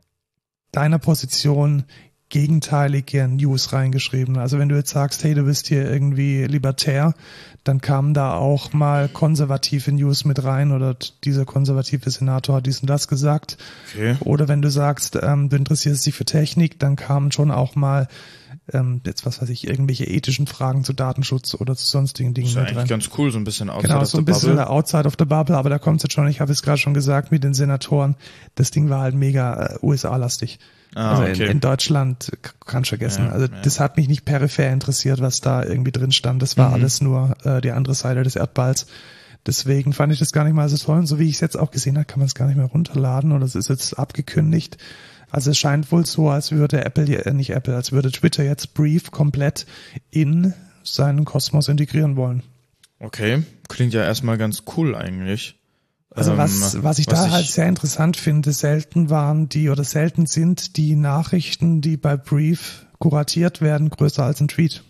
A: deiner Position gegenteilige News reingeschrieben. Also wenn du jetzt sagst, hey, du bist hier irgendwie libertär, dann kamen da auch mal konservative News mit rein oder dieser konservative Senator hat dies und das gesagt.
B: Okay.
A: Oder wenn du sagst, ähm, du interessierst dich für Technik, dann kamen schon auch mal ähm, jetzt was weiß ich, irgendwelche ethischen Fragen zu Datenschutz oder zu sonstigen Dingen
B: mit rein. Das ist eigentlich ganz cool, so ein bisschen outside
A: genau,
B: of
A: so
B: the
A: ein bisschen
B: bubble.
A: outside of the bubble, aber da kommt es jetzt schon, ich habe es gerade schon gesagt, mit den Senatoren, das Ding war halt mega äh, U S A-lastig.
B: Ah,
A: also
B: okay.
A: in, in Deutschland kannst du vergessen.
B: Ja,
A: also
B: ja.
A: das hat mich nicht peripher interessiert, was da irgendwie drin stand. Das war
B: Mhm.
A: alles nur äh, die andere Seite des Erdballs. Deswegen fand ich das gar nicht mal so toll. Und so wie ich es jetzt auch gesehen habe, kann man es gar nicht mehr runterladen oder es ist jetzt abgekündigt. Also es scheint wohl so, als würde Apple, äh, nicht Apple, als würde Twitter jetzt Brief komplett in seinen Kosmos integrieren wollen.
B: Okay, klingt ja erstmal ganz cool eigentlich.
A: Also
B: Ähm,
A: was, was ich da
B: ich,
A: halt sehr interessant finde, selten waren die oder selten sind die Nachrichten, die bei Brief kuratiert werden, größer als ein Tweet.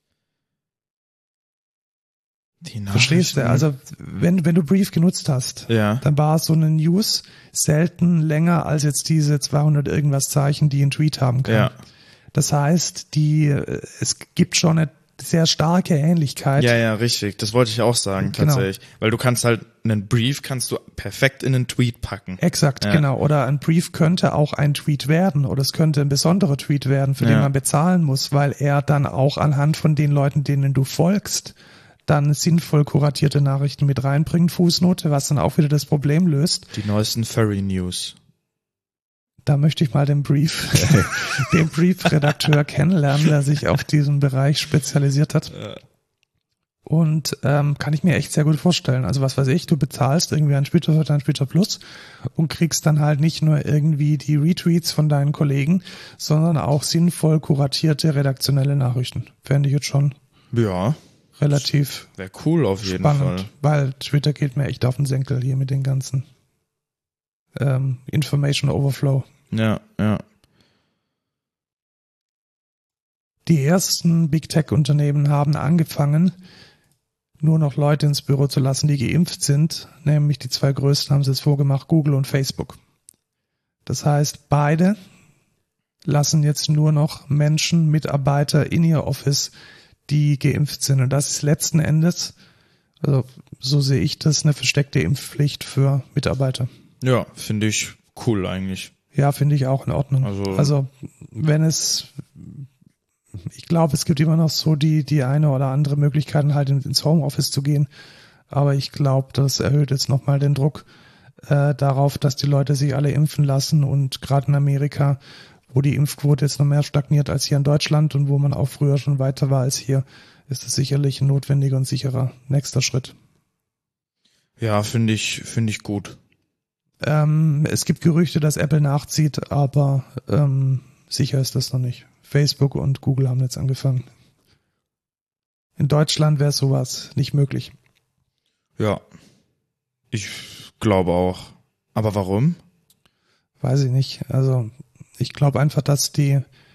B: Die
A: Verstehst du? Also wenn, wenn du Brief genutzt hast,
B: ja.
A: dann war so eine News selten länger als jetzt diese zweihundert irgendwas Zeichen, die ein Tweet haben kann.
B: Ja.
A: Das heißt, die, es gibt schon eine sehr starke Ähnlichkeit.
B: Ja, ja, richtig. Das wollte ich auch sagen,
A: Genau.
B: tatsächlich. Weil du kannst halt einen Brief kannst du perfekt in einen Tweet packen.
A: Exakt,
B: Ja.
A: genau. Oder ein Brief könnte auch ein Tweet werden oder es könnte ein besonderer Tweet werden, für
B: Ja.
A: den man bezahlen muss, weil er dann auch anhand von den Leuten, denen du folgst, dann sinnvoll kuratierte Nachrichten mit reinbringt, Fußnote, was dann auch wieder das Problem löst.
B: Die neuesten Furry News.
A: Da möchte ich mal den Brief, den Brief-Redakteur kennenlernen, der sich auf diesen Bereich spezialisiert hat. Und ähm, kann ich mir echt sehr gut vorstellen. Also was weiß ich, du bezahlst irgendwie ein Twitter oder ein Twitter Plus und kriegst dann halt nicht nur irgendwie die Retweets von deinen Kollegen, sondern auch sinnvoll kuratierte redaktionelle Nachrichten. Fände ich jetzt schon
B: Ja,
A: relativ
B: wäre cool auf jeden
A: spannend,
B: Fall.
A: weil Twitter geht mir echt auf den Senkel hier mit den ganzen ähm, Information Overflow.
B: Ja, ja.
A: Die ersten Big Tech Unternehmen haben angefangen, nur noch Leute ins Büro zu lassen, die geimpft sind, nämlich die zwei größten haben sie es vorgemacht, Google und Facebook. Das heißt, beide lassen jetzt nur noch Menschen, Mitarbeiter in ihr Office, die geimpft sind. Und das ist letzten Endes, also so sehe ich das, eine versteckte Impfpflicht für Mitarbeiter.
B: Ja, finde ich cool eigentlich.
A: Ja, finde ich auch in Ordnung.
B: Also,
A: also wenn es, ich glaube, es gibt immer noch so die die eine oder andere Möglichkeit, halt ins Homeoffice zu gehen. Aber ich glaube, das erhöht jetzt nochmal den Druck äh, darauf, dass die Leute sich alle impfen lassen. Und gerade in Amerika, wo die Impfquote jetzt noch mehr stagniert als hier in Deutschland und wo man auch früher schon weiter war als hier, ist es sicherlich ein notwendiger und sicherer nächster Schritt.
B: Ja, finde ich, finde ich gut.
A: Ähm, es gibt Gerüchte, dass Apple nachzieht, aber ähm, sicher ist das noch nicht. Facebook und Google haben jetzt angefangen. In Deutschland wäre sowas nicht möglich.
B: Ja, ich glaube auch. Aber warum?
A: Weiß ich nicht. Also ich glaube einfach, dass die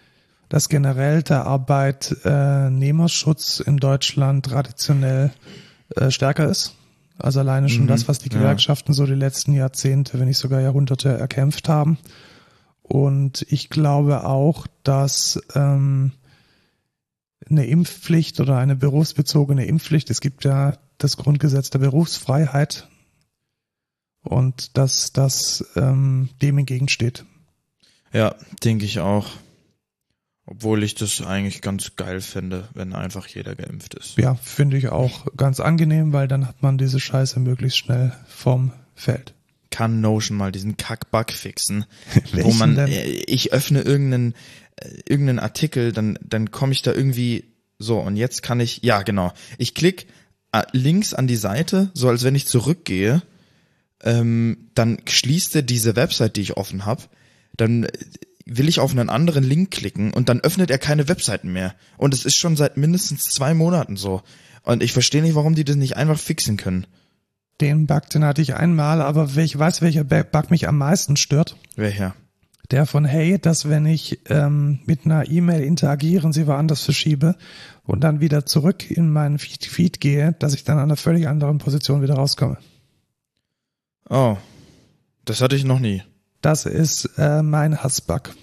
A: dass generell der Arbeitnehmerschutz in Deutschland traditionell äh, stärker ist. Also alleine schon
B: Mhm,
A: das, was die
B: ja.
A: Gewerkschaften so die letzten Jahrzehnte, wenn nicht sogar Jahrhunderte erkämpft haben. Und ich glaube auch, dass ähm, eine Impfpflicht oder eine berufsbezogene Impfpflicht, es gibt ja das Grundgesetz der Berufsfreiheit, und dass das ähm, dem entgegensteht.
B: Ja, denke ich auch. Obwohl ich das eigentlich ganz geil finde, wenn einfach jeder geimpft ist.
A: Ja, finde ich auch ganz angenehm, weil dann hat man diese Scheiße möglichst schnell vom Feld.
B: Kann Notion mal diesen Kack-Bug fixen, wo
A: Welchen
B: man,
A: denn?
B: äh, ich öffne irgendeinen, äh, irgendeinen Artikel, dann, dann komme ich da irgendwie so und jetzt kann ich, ja genau, ich klick äh, links an die Seite, so als wenn ich zurückgehe, ähm, dann schließt er diese Website, die ich offen habe, dann will ich auf einen anderen Link klicken und dann öffnet er keine Webseiten mehr. Und es ist schon seit mindestens zwei Monaten so. Und ich verstehe nicht, warum die das nicht einfach fixen können.
A: Den Bug, den hatte ich einmal, aber ich weiß, welcher Bug mich am meisten stört.
B: Welcher?
A: Der von, hey, dass wenn ich ähm, mit einer E-Mail interagiere und sie woanders verschiebe und dann wieder zurück in meinen Feed, Feed gehe, dass ich dann an einer völlig anderen Position wieder rauskomme.
B: Oh, das hatte ich noch nie.
A: Das ist äh, mein Hassbug.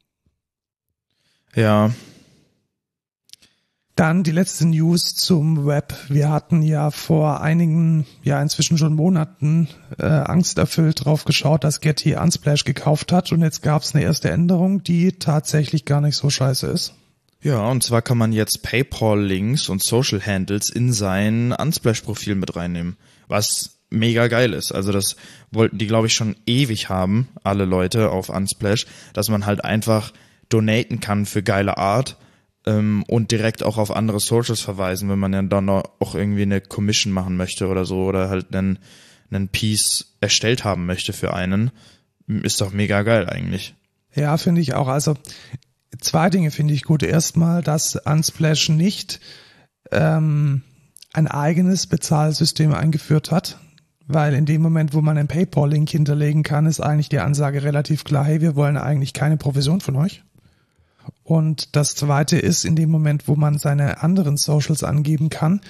B: Ja,
A: Dann die letzte News zum Web. Wir hatten ja vor einigen, ja inzwischen schon Monaten äh, angsterfüllt drauf geschaut, dass Getty Unsplash gekauft hat, und jetzt gab es eine erste Änderung, die tatsächlich gar nicht so scheiße ist.
B: ja, und zwar kann man jetzt PayPal-Links und Social-Handles in sein Unsplash-Profil mit reinnehmen, was mega geil ist. Also das wollten die, glaube ich, schon ewig haben, alle Leute auf Unsplash, dass man halt einfach donaten kann für geile Art ähm, und direkt auch auf andere Socials verweisen, wenn man ja dann auch irgendwie eine Commission machen möchte oder so oder halt einen, einen Piece erstellt haben möchte für einen. Ist doch mega geil eigentlich.
A: Ja, finde ich auch. Also zwei Dinge finde ich gut. Erstmal, dass Unsplash nicht ähm, ein eigenes Bezahlsystem eingeführt hat, weil in dem Moment, wo man einen PayPal-Link hinterlegen kann, ist eigentlich die Ansage relativ klar, hey, wir wollen eigentlich keine Provision von euch. Und das Zweite ist, in dem Moment, wo man seine anderen Socials angeben kann,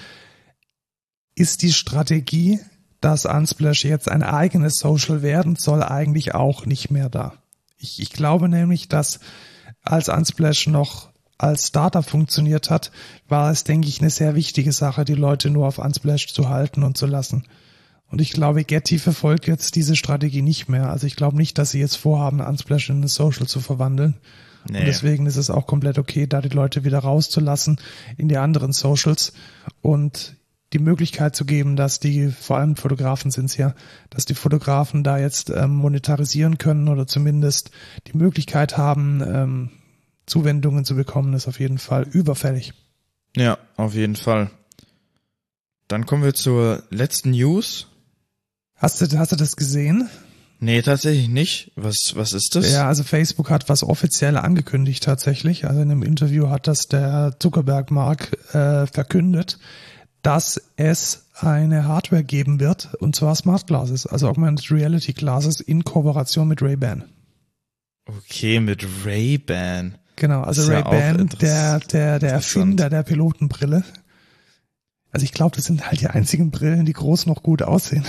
A: ist die Strategie, dass Unsplash jetzt ein eigenes Social werden soll, eigentlich auch nicht mehr da. Ich, ich glaube nämlich, dass als Unsplash noch als Startup funktioniert hat, war es, denke ich, eine sehr wichtige Sache, die Leute nur auf Unsplash zu halten und zu lassen. Und ich glaube, Getty verfolgt jetzt diese Strategie nicht mehr. Also ich glaube nicht, dass sie jetzt vorhaben, Unsplash in ein Social zu verwandeln. Nee. Und deswegen ist es auch komplett okay, da die Leute wieder rauszulassen in die anderen Socials und die Möglichkeit zu geben, dass die, vor allem Fotografen sind es ja, dass die Fotografen da jetzt ähm, monetarisieren können oder zumindest die Möglichkeit haben, ähm, Zuwendungen zu bekommen, ist auf jeden Fall überfällig.
B: Ja, auf jeden Fall. Dann kommen wir zur letzten News.
A: Hast du, hast du das gesehen?
B: Nee, tatsächlich nicht. Was, was ist das?
A: Ja, also Facebook hat was offiziell angekündigt tatsächlich. Also in einem Interview hat das der Zuckerberg-Mark äh, verkündet, dass es eine Hardware geben wird, und zwar Smart Glasses, also Augmented Reality Glasses in Kooperation mit Ray-Ban.
B: Okay, mit Ray-Ban.
A: Genau, also Ray-Ban, der, der, der Erfinder der Pilotenbrille. Also ich glaube, das sind halt die einzigen Brillen, die groß noch gut aussehen.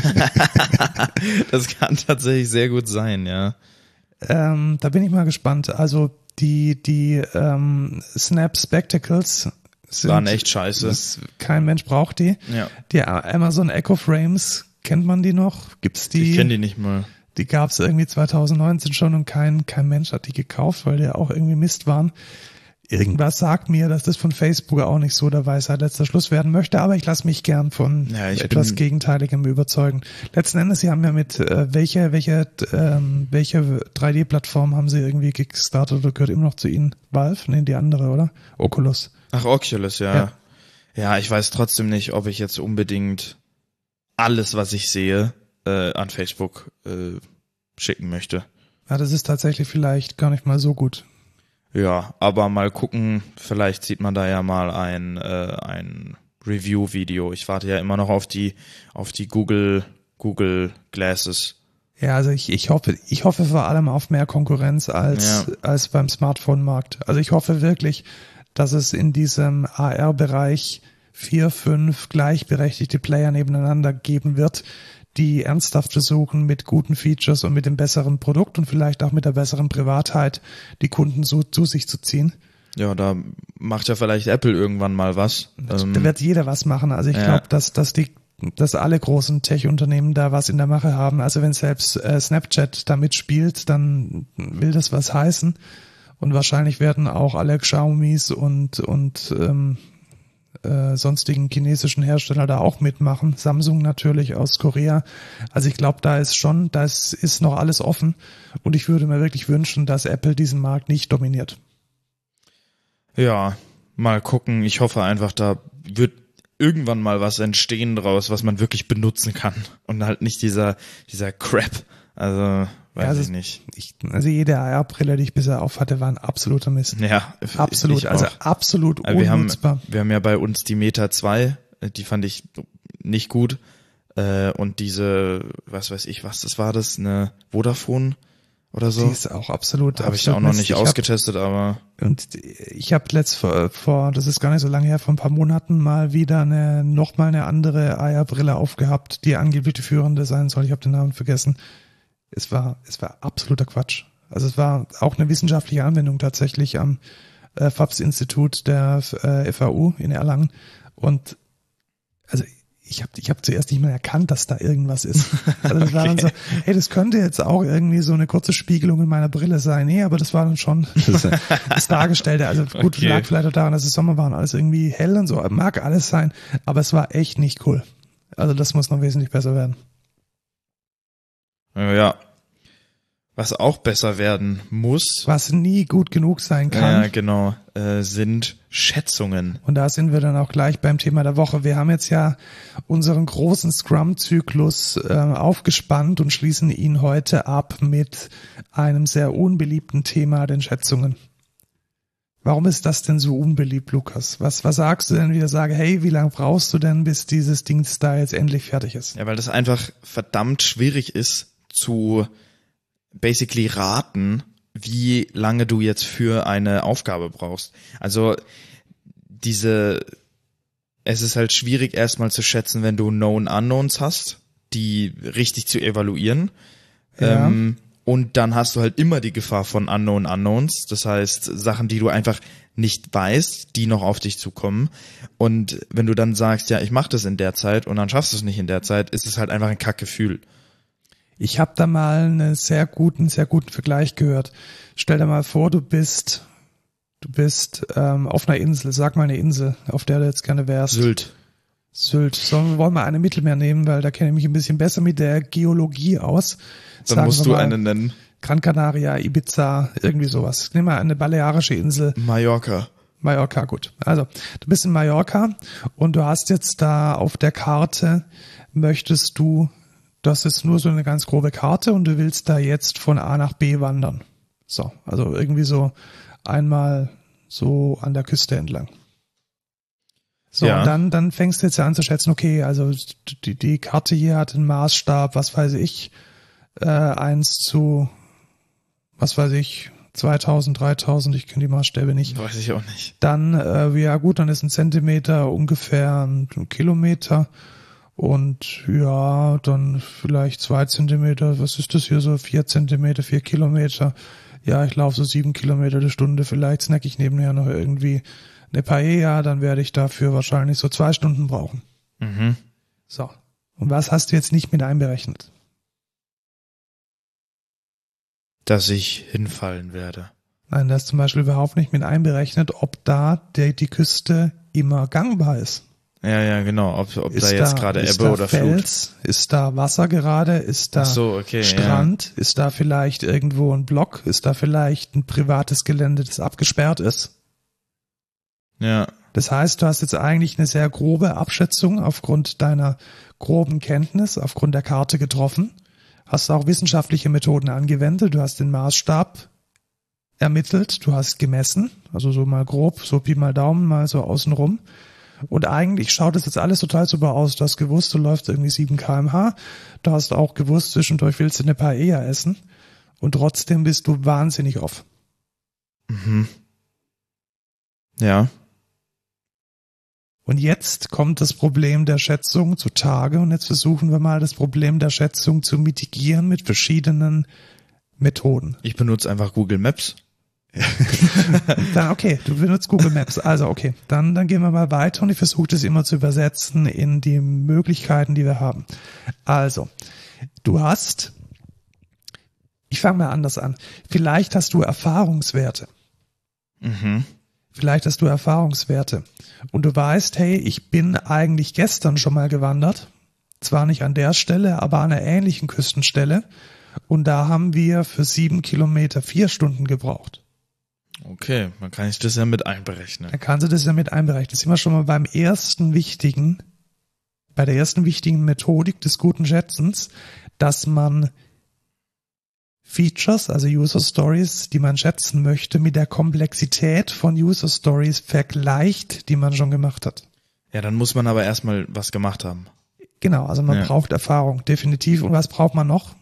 B: Das kann tatsächlich sehr gut sein, ja.
A: Ähm, da bin ich mal gespannt. Also die die ähm, Snap Spectacles sind,
B: waren echt scheiße.
A: Das, kein Mensch braucht die.
B: Ja.
A: Die Amazon Echo Frames, kennt man die noch? Gibt's die?
B: Ich kenne die nicht mal.
A: Die gab's irgendwie zwanzig neunzehn schon und kein kein Mensch hat die gekauft, weil die auch irgendwie Mist waren. Irgendwas sagt mir, dass das von Facebook auch nicht so der Weisheit letzter Schluss werden möchte, aber ich lasse mich gern von
B: ja,
A: etwas Gegenteiligem überzeugen. Letzten Endes, Sie haben ja mit, äh, welche, welche, ähm, welche drei D-Plattform haben Sie irgendwie gestartet oder gehört immer noch zu Ihnen? Valve? Nee, die andere, oder? Oculus.
B: Ach, Oculus, ja. Ja, ja, ich weiß trotzdem nicht, ob ich jetzt unbedingt alles, was ich sehe, äh, an Facebook äh, schicken möchte.
A: Ja, das ist tatsächlich vielleicht gar nicht mal so gut.
B: Ja, aber mal gucken, vielleicht sieht man da ja mal ein äh, ein Review-Video. Ich warte ja immer noch auf die auf die Google Google Glasses.
A: Ja, also ich, ich hoffe, ich hoffe vor allem auf mehr Konkurrenz als, ja. als beim Smartphone-Markt. Also ich hoffe wirklich, dass es in diesem A R-Bereich vier, fünf gleichberechtigte Player nebeneinander geben wird, die ernsthaft versuchen, mit guten Features und mit dem besseren Produkt und vielleicht auch mit der besseren Privatheit die Kunden so zu sich zu ziehen.
B: Ja, da macht ja vielleicht Apple irgendwann mal was.
A: Da ähm, wird jeder was machen. Also ich ja. glaube, dass, dass die dass alle großen Tech-Unternehmen da was in der Mache haben. Also wenn selbst äh, Snapchat da mitspielt, dann will das was heißen. Und wahrscheinlich werden auch alle Xiaomis und und ähm, äh, sonstigen chinesischen Hersteller da auch mitmachen. Samsung natürlich aus Korea. Also ich glaube, da ist schon, da ist, ist noch alles offen. Und ich würde mir wirklich wünschen, dass Apple diesen Markt nicht dominiert.
B: Ja, mal gucken. Ich hoffe einfach, da wird irgendwann mal was entstehen draus, was man wirklich benutzen kann und halt nicht dieser dieser Crap. Also weiß ja, also ich nicht.
A: Ich, also jede A R-Brille, die ich bisher auf hatte, war ein absoluter Mist.
B: Ja,
A: absolut. Also absolut unnutzbar.
B: Wir haben, wir haben ja bei uns die Meta zwei, die fand ich nicht gut. Und diese, was weiß ich, was das war, das eine Vodafone oder so.
A: Die ist auch absolut.
B: Habe ich auch noch nicht ausgetestet, aber.
A: Und ich habe letzt vor, vor, das ist gar nicht so lange her, vor ein paar Monaten mal wieder eine, noch mal eine andere A R-Brille aufgehabt, die angeblich die führende sein soll. Ich habe den Namen vergessen. Es war, es war absoluter Quatsch. Also es war auch eine wissenschaftliche Anwendung tatsächlich am äh, F A B S-Institut der äh, F A U in Erlangen. Und also ich habe ich hab zuerst nicht mal erkannt, dass da irgendwas ist. Also das war okay. Dann so, hey, das könnte jetzt auch irgendwie so eine kurze Spiegelung in meiner Brille sein. Nee, aber das war dann schon das, das Dargestellte. Also gut, okay. Lag vielleicht auch daran, dass es Sommer war und alles irgendwie hell und so. Mag alles sein, aber es war echt nicht cool. Also das muss noch wesentlich besser werden.
B: Ja, was auch besser werden muss.
A: Was nie gut genug sein kann.
B: Ja, genau, äh, sind Schätzungen.
A: Und da sind wir dann auch gleich beim Thema der Woche. Wir haben jetzt ja unseren großen Scrum-Zyklus äh, aufgespannt und schließen ihn heute ab mit einem sehr unbeliebten Thema, den Schätzungen. Warum ist das denn so unbeliebt, Lukas? Was, was sagst du denn, wie ich sage, hey, wie lange brauchst du denn, bis dieses Ding da jetzt endlich fertig ist?
B: Ja, weil das einfach verdammt schwierig ist zu basically raten, wie lange du jetzt für eine Aufgabe brauchst. Also diese, es ist halt schwierig erstmal zu schätzen, wenn du Known Unknowns hast, die richtig zu evaluieren.
A: Ja.
B: Ähm, und dann hast du halt immer die Gefahr von Unknown Unknowns, das heißt Sachen, die du einfach nicht weißt, die noch auf dich zukommen. Und wenn du dann sagst, ja, ich mache das in der Zeit und dann schaffst du es nicht in der Zeit, ist es halt einfach ein Kackgefühl.
A: Ich habe da mal einen sehr guten, sehr guten Vergleich gehört. Stell dir mal vor, du bist, du bist ähm, auf einer Insel. Sag mal eine Insel, auf der du jetzt gerne wärst.
B: Sylt.
A: Sylt. Sollen wir wollen mal eine Mittelmeer nehmen, weil da kenne ich mich ein bisschen besser mit der Geologie aus.
B: Dann Sagen musst du eine nennen.
A: Gran Canaria, Ibiza, irgendwie sowas. Nimm mal eine balearische Insel.
B: Mallorca.
A: Mallorca, gut. Also, du bist in Mallorca und du hast jetzt da auf der Karte, möchtest du Das ist nur so eine ganz grobe Karte und du willst da jetzt von A nach B wandern. So, also irgendwie so einmal so an der Küste entlang. So, ja. Und dann, dann fängst du jetzt an zu schätzen, okay, also die, die Karte hier hat einen Maßstab, was weiß ich, äh, eins zu, was weiß ich, zweitausend, dreitausend, ich kenne die Maßstäbe nicht.
B: Weiß ich auch nicht.
A: Dann, äh, ja gut, dann ist ein Zentimeter ungefähr ein, ein Kilometer. Und ja, dann vielleicht zwei Zentimeter, was ist das hier so, vier Zentimeter, vier Kilometer. Ja, ich laufe so sieben Kilometer die Stunde, vielleicht snack ich nebenher noch irgendwie eine Paella, dann werde ich dafür wahrscheinlich so zwei Stunden brauchen.
B: Mhm.
A: So, und was hast du jetzt nicht mit einberechnet?
B: Dass ich hinfallen werde.
A: Nein, das ist zum Beispiel überhaupt nicht mit einberechnet, ob da der, die Küste immer gangbar ist.
B: Ja, ja, genau. Ob, ob da jetzt gerade Ebbe oder
A: Fels,
B: Flut.
A: Ist da Wasser gerade? Ist da
B: Ach so, okay,
A: Strand?
B: Ja.
A: Ist da vielleicht irgendwo ein Block? Ist da vielleicht ein privates Gelände, das abgesperrt ist?
B: Ja.
A: Das heißt, du hast jetzt eigentlich eine sehr grobe Abschätzung aufgrund deiner groben Kenntnis, aufgrund der Karte getroffen. Hast auch wissenschaftliche Methoden angewendet. Du hast den Maßstab ermittelt. Du hast gemessen. Also so mal grob, so Pi mal Daumen, mal so außenrum. Und eigentlich schaut es jetzt alles total super aus. Du hast gewusst, du läufst irgendwie sieben Kilometer pro Stunde. Du hast auch gewusst, zwischendurch willst du eine Paella essen. Und trotzdem bist du wahnsinnig off.
B: Mhm. Ja.
A: Und jetzt kommt das Problem der Schätzung zutage. Und jetzt versuchen wir mal, das Problem der Schätzung zu mitigieren mit verschiedenen Methoden.
B: Ich benutze einfach Google Maps.
A: Dann, okay, du benutzt Google Maps. Also okay, dann, dann gehen wir mal weiter und ich versuche das immer zu übersetzen in die Möglichkeiten, die wir haben. Also, du hast, ich fange mal anders an, vielleicht hast du Erfahrungswerte.
B: Mhm.
A: Vielleicht hast du Erfahrungswerte und du weißt, hey, ich bin eigentlich gestern schon mal gewandert, zwar nicht an der Stelle, aber an einer ähnlichen Küstenstelle und da haben wir für sieben Kilometer vier Stunden gebraucht.
B: Okay, man kann sich das ja mit einberechnen.
A: Dann kannst du das ja mit einberechnen. Das sind wir schon mal beim ersten wichtigen, bei der ersten wichtigen Methodik des guten Schätzens, dass man Features, also User Stories, die man schätzen möchte, mit der Komplexität von User Stories vergleicht, die man schon gemacht hat.
B: Ja, dann muss man aber erstmal was gemacht haben.
A: Genau, also man
B: Ja.
A: braucht Erfahrung, definitiv. Und was braucht man noch?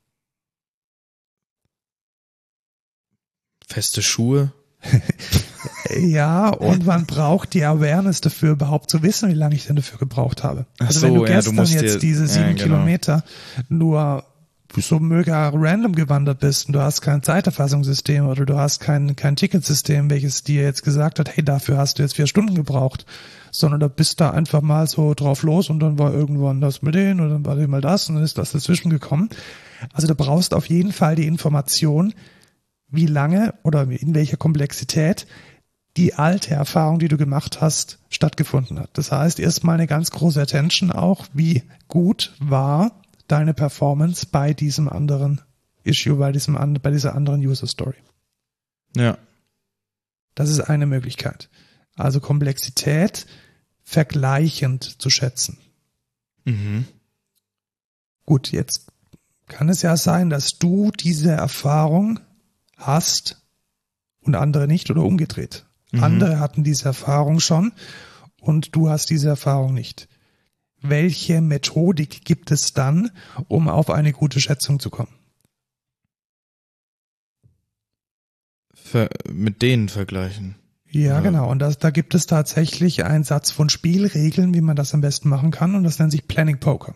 B: Feste Schuhe.
A: Ja, und man braucht die Awareness dafür, überhaupt zu wissen, wie lange ich denn dafür gebraucht habe.
B: Ach
A: Also
B: so,
A: wenn du
B: ja,
A: gestern
B: du musst
A: jetzt
B: dir-
A: diese
B: ja,
A: sieben
B: genau.
A: Kilometer nur so mega random gewandert bist und du hast kein Zeiterfassungssystem oder du hast kein, kein Ticketsystem, welches dir jetzt gesagt hat, hey, dafür hast du jetzt vier Stunden gebraucht, sondern da bist da einfach mal so drauf los und dann war irgendwann das mit denen und dann war mal das und dann ist das dazwischen gekommen. Also du brauchst auf jeden Fall die Information, wie lange oder in welcher Komplexität die alte Erfahrung, die du gemacht hast, stattgefunden hat. Das heißt, erstmal eine ganz große Attention auch, wie gut war deine Performance bei diesem anderen Issue, bei diesem an- bei dieser anderen User Story.
B: Ja.
A: Das ist eine Möglichkeit. Also Komplexität vergleichend zu schätzen.
B: Mhm.
A: Gut, jetzt kann es ja sein, dass du diese Erfahrung hast und andere nicht oder umgedreht.
B: Mhm.
A: Andere hatten diese Erfahrung schon und du hast diese Erfahrung nicht. Welche Methodik gibt es dann, um auf eine gute Schätzung zu kommen?
B: Ver- mit denen vergleichen.
A: Ja,
B: Ja.
A: genau. Und das, da gibt es tatsächlich einen Satz von Spielregeln, wie man das am besten machen kann. Und das nennt sich Planning Poker.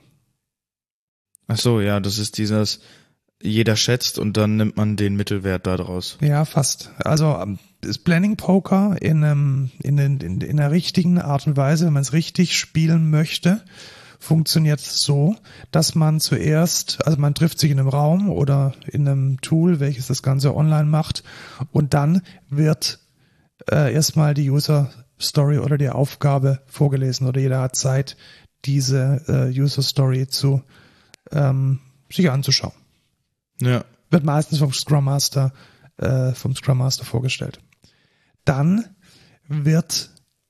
B: Ach so, ja, das ist dieses, jeder schätzt und dann nimmt man den Mittelwert daraus.
A: Ja, fast. Also ähm, das Planning Poker in, einem, in, in, in, in einer richtigen Art und Weise, wenn man es richtig spielen möchte, funktioniert so, dass man zuerst, also man trifft sich in einem Raum oder in einem Tool, welches das Ganze online macht, und dann wird äh, erstmal die User Story oder die Aufgabe vorgelesen oder jeder hat Zeit, diese äh, User Story zu ähm, sich anzuschauen.
B: Ja.
A: Wird meistens vom Scrum Master, äh, vom Scrum Master vorgestellt. Dann wird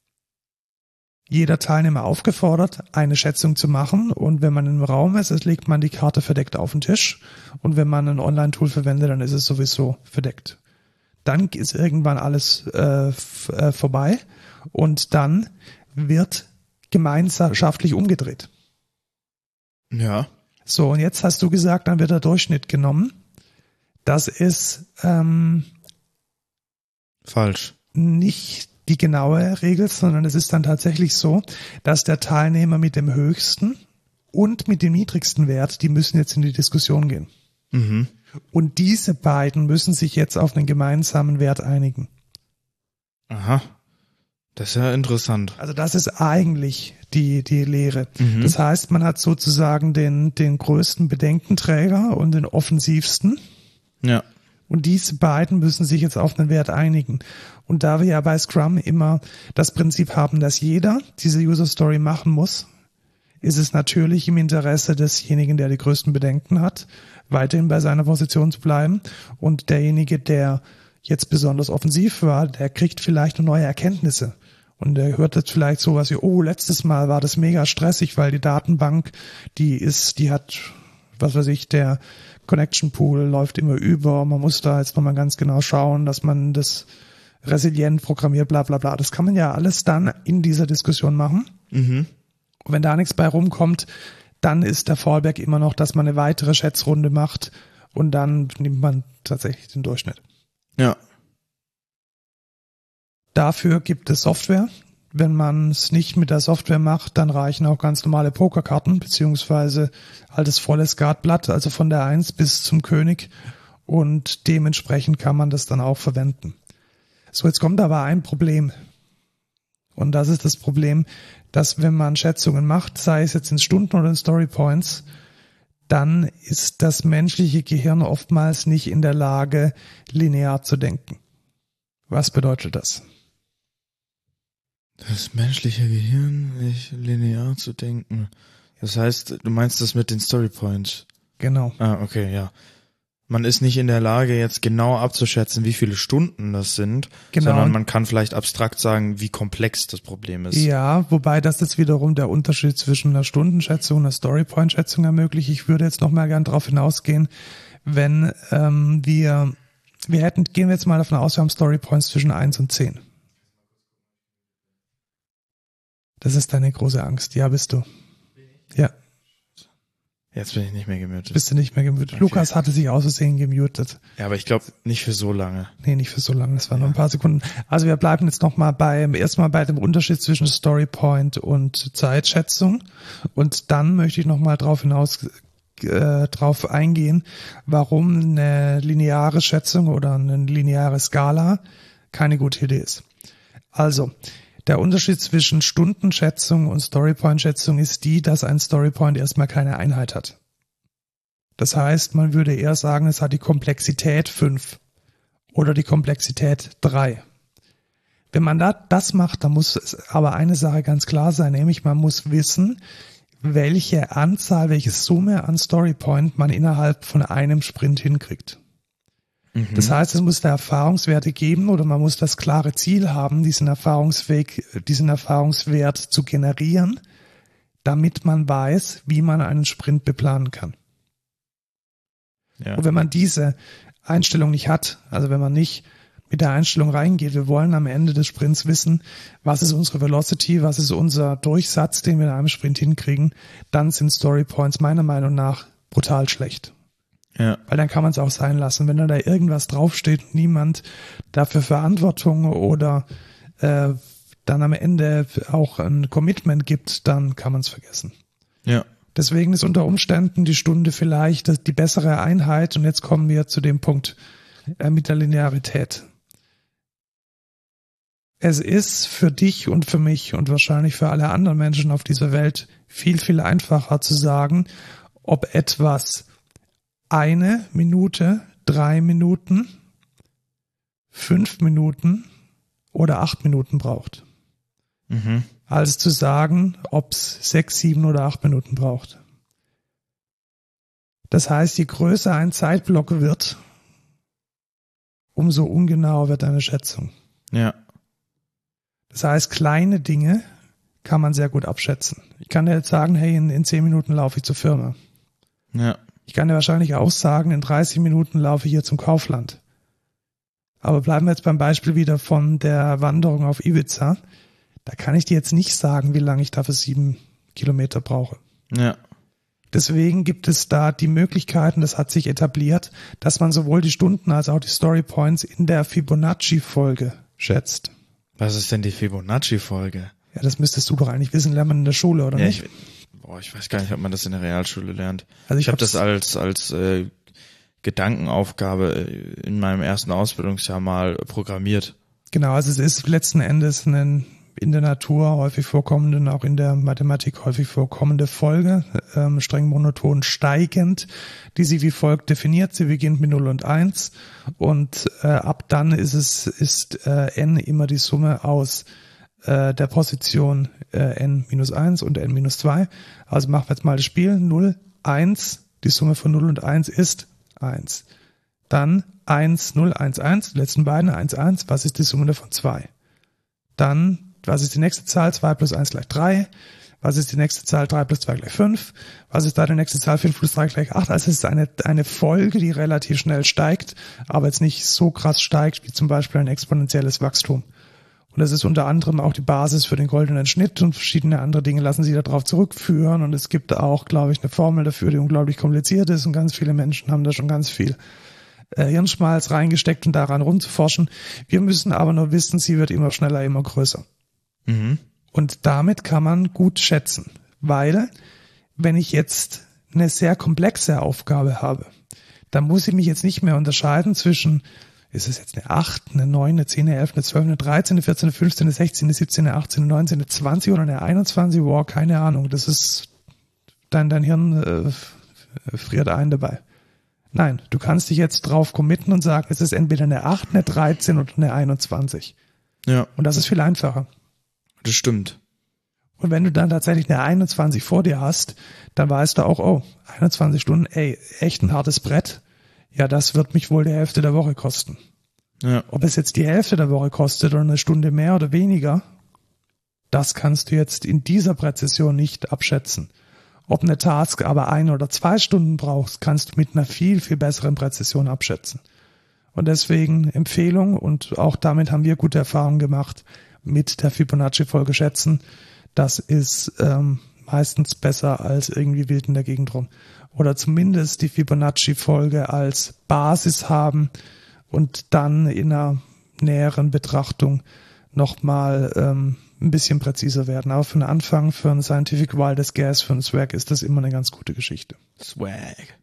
A: jeder Teilnehmer aufgefordert, eine Schätzung zu machen, und wenn man im Raum ist, legt man die Karte verdeckt auf den Tisch, und wenn man ein Online-Tool verwendet, dann ist es sowieso verdeckt. Dann ist irgendwann alles äh, f- äh, vorbei und dann wird gemeinschaftlich umgedreht.
B: Ja.
A: So, und jetzt hast du gesagt, dann wird der Durchschnitt genommen. Das ist ähm,
B: Falsch.
A: nicht die genaue Regel, sondern es ist dann tatsächlich so, dass der Teilnehmer mit dem höchsten und mit dem niedrigsten Wert, die müssen jetzt in die Diskussion gehen.
B: Mhm.
A: Und diese beiden müssen sich jetzt auf einen gemeinsamen Wert einigen.
B: Aha. Das ist ja interessant.
A: Also das ist eigentlich die, die Lehre.
B: Mhm.
A: Das heißt, man hat sozusagen den, den größten Bedenkenträger und den offensivsten.
B: Ja.
A: Und diese beiden müssen sich jetzt auf einen Wert einigen. Und da wir ja bei Scrum immer das Prinzip haben, dass jeder diese User Story machen muss, ist es natürlich im Interesse desjenigen, der die größten Bedenken hat, weiterhin bei seiner Position zu bleiben. Und derjenige, der jetzt besonders offensiv war, der kriegt vielleicht noch neue Erkenntnisse. Und er hört jetzt vielleicht sowas wie, oh, letztes Mal war das mega stressig, weil die Datenbank, die ist, die hat, was weiß ich, der Connection Pool läuft immer über. Man muss da jetzt nochmal ganz genau schauen, dass man das resilient programmiert, bla bla bla. Das kann man ja alles dann in dieser Diskussion machen.
B: Mhm.
A: Und wenn da nichts bei rumkommt, dann ist der Fallback immer noch, dass man eine weitere Schätzrunde macht und dann nimmt man tatsächlich den Durchschnitt.
B: Ja.
A: Dafür gibt es Software. Wenn man es nicht mit der Software macht, dann reichen auch ganz normale Pokerkarten, beziehungsweise halt das volle Skatblatt, also von der Eins bis zum König. Und dementsprechend kann man das dann auch verwenden. So, jetzt kommt aber ein Problem. Und das ist das Problem, dass wenn man Schätzungen macht, sei es jetzt in Stunden oder in Storypoints, dann ist das menschliche Gehirn oftmals nicht in der Lage, linear zu denken. Was bedeutet das?
B: Das menschliche Gehirn nicht linear zu denken. Das heißt, du meinst das mit den Storypoints?
A: Genau.
B: Ah, okay, ja. Man ist nicht in der Lage, jetzt genau abzuschätzen, wie viele Stunden das sind,
A: Genau.
B: sondern man kann vielleicht abstrakt sagen, wie komplex das Problem ist.
A: Ja, wobei das jetzt wiederum der Unterschied zwischen einer Stundenschätzung und einer Storypoint-Schätzung ermöglicht. Ich würde jetzt noch mal gern darauf hinausgehen, wenn ähm, wir, wir hätten, gehen wir jetzt mal davon aus, wir haben Storypoints zwischen eins und zehn. Das ist deine große Angst. Ja, bist du. Ja.
B: Jetzt bin ich nicht mehr gemutet.
A: Bist du nicht mehr gemutet.
B: Okay.
A: Lukas hatte sich aus Versehen gemutet.
B: Ja, aber ich glaube nicht für so lange.
A: Nee, nicht für so lange. Das waren nur ein paar Sekunden. Also wir bleiben jetzt noch mal beim, erstmal bei dem Unterschied zwischen Storypoint und Zeitschätzung. Und dann möchte ich noch mal drauf hinaus, äh, drauf eingehen, warum eine lineare Schätzung oder eine lineare Skala keine gute Idee ist. Also, der Unterschied zwischen Stundenschätzung und Storypoint-Schätzung ist die, dass ein Storypoint erstmal keine Einheit hat. Das heißt, man würde eher sagen, es hat die Komplexität fünf oder die Komplexität drei. Wenn man da das macht, dann muss es aber eine Sache ganz klar sein, nämlich man muss wissen, welche Anzahl, welche Summe an Storypoint man innerhalb von einem Sprint hinkriegt. Das heißt, es muss da Erfahrungswerte geben oder man muss das klare Ziel haben, diesen Erfahrungsweg, diesen Erfahrungswert zu generieren, damit man weiß, wie man einen Sprint beplanen kann.
B: Ja.
A: Und wenn man diese Einstellung nicht hat, also wenn man nicht mit der Einstellung reingeht, wir wollen am Ende des Sprints wissen, was ist unsere Velocity, was ist unser Durchsatz, den wir in einem Sprint hinkriegen, dann sind Storypoints meiner Meinung nach brutal schlecht.
B: Ja.
A: Weil dann kann man es auch sein lassen. Wenn da irgendwas draufsteht und niemand dafür Verantwortung oder äh, dann am Ende auch ein Commitment gibt, dann kann man es vergessen.
B: Ja.
A: Deswegen ist unter Umständen die Stunde vielleicht die bessere Einheit. Und jetzt kommen wir zu dem Punkt äh, mit der Linearität. Es ist für dich und für mich und wahrscheinlich für alle anderen Menschen auf dieser Welt viel, viel einfacher zu sagen, ob etwas eine Minute, drei Minuten, fünf Minuten oder acht Minuten braucht.
B: Mhm.
A: Als zu sagen, ob es sechs, sieben oder acht Minuten braucht. Das heißt, je größer ein Zeitblock wird, umso ungenauer wird eine Schätzung.
B: Ja.
A: Das heißt, kleine Dinge kann man sehr gut abschätzen. Ich kann dir jetzt sagen, hey, in, in zehn Minuten laufe ich zur Firma.
B: Ja.
A: Ich kann dir wahrscheinlich auch sagen, in dreißig Minuten laufe ich hier zum Kaufland. Aber bleiben wir jetzt beim Beispiel wieder von der Wanderung auf Ibiza. Da kann ich dir jetzt nicht sagen, wie lange ich dafür sieben Kilometer brauche.
B: Ja.
A: Deswegen gibt es da die Möglichkeiten, das hat sich etabliert, dass man sowohl die Stunden als auch die Storypoints in der Fibonacci-Folge schätzt.
B: Was ist denn die Fibonacci-Folge?
A: Ja, das müsstest du doch eigentlich wissen, lernt man in der Schule, oder
B: Ja,
A: nicht?
B: ich, boah, ich weiß gar nicht, ob man das in der Realschule lernt.
A: Also ich
B: Ich habe
A: hab's-
B: das als als äh, Gedankenaufgabe in meinem ersten Ausbildungsjahr mal programmiert.
A: Genau, also es ist letzten Endes ein in der Natur häufig vorkommende und auch in der Mathematik häufig vorkommende Folge, ähm, streng monoton steigend, die sie wie folgt definiert. Sie beginnt mit null und eins und äh, ab dann ist es ist äh, n immer die Summe aus äh, der Position äh, n minus eins und n minus zwei. Also machen wir jetzt mal das Spiel. null, eins, die Summe von null und eins ist eins. Dann eins, null, eins, eins, die letzten beiden, eins, eins, was ist die Summe davon? zwei. Dann, was ist die nächste Zahl? zwei plus eins gleich drei. Was ist die nächste Zahl? drei plus zwei gleich fünf. Was ist da die nächste Zahl? fünf plus drei gleich acht. Also es ist eine, eine Folge, die relativ schnell steigt, aber jetzt nicht so krass steigt wie zum Beispiel ein exponentielles Wachstum. Und das ist unter anderem auch die Basis für den goldenen Schnitt und verschiedene andere Dinge lassen sich darauf zurückführen. Und es gibt auch, glaube ich, eine Formel dafür, die unglaublich kompliziert ist und ganz viele Menschen haben da schon ganz viel äh, Hirnschmalz reingesteckt und daran rumzuforschen. Wir müssen aber nur wissen, sie wird immer schneller, immer größer.
B: Mhm.
A: Und damit kann man gut schätzen, weil wenn ich jetzt eine sehr komplexe Aufgabe habe, dann muss ich mich jetzt nicht mehr unterscheiden zwischen, ist es jetzt eine acht, eine neun, eine zehn, eine elf, eine zwölf, eine dreizehn, eine vierzehn, eine fünfzehn, eine sechzehn, eine siebzehn, eine achtzehn, eine neunzehn, eine zwanzig oder eine einundzwanzig, wow, keine Ahnung, das ist, dein, dein Hirn äh, friert ein dabei. Nein, du kannst dich jetzt drauf committen und sagen, es ist entweder eine acht, eine dreizehn oder eine einundzwanzig.
B: Ja.
A: Und das ist viel einfacher.
B: Das stimmt.
A: Und wenn du dann tatsächlich eine einundzwanzig vor dir hast, dann weißt du auch, oh, einundzwanzig Stunden, ey, echt ein hartes Brett. Ja, das wird mich wohl die Hälfte der Woche kosten.
B: Ja.
A: Ob es jetzt die Hälfte der Woche kostet oder eine Stunde mehr oder weniger, das kannst du jetzt in dieser Präzision nicht abschätzen. Ob eine Task aber ein oder zwei Stunden brauchst, kannst du mit einer viel, viel besseren Präzision abschätzen. Und deswegen Empfehlung, und auch damit haben wir gute Erfahrungen gemacht, mit der Fibonacci-Folge schätzen. Das ist ähm, meistens besser als irgendwie wild in der Gegend rum. Oder zumindest die Fibonacci-Folge als Basis haben und dann in einer näheren Betrachtung nochmal ähm, ein bisschen präziser werden. Aber für den Anfang, für ein Scientific Wildest Guess, für einen Swag ist das immer eine ganz gute Geschichte.
B: Swag.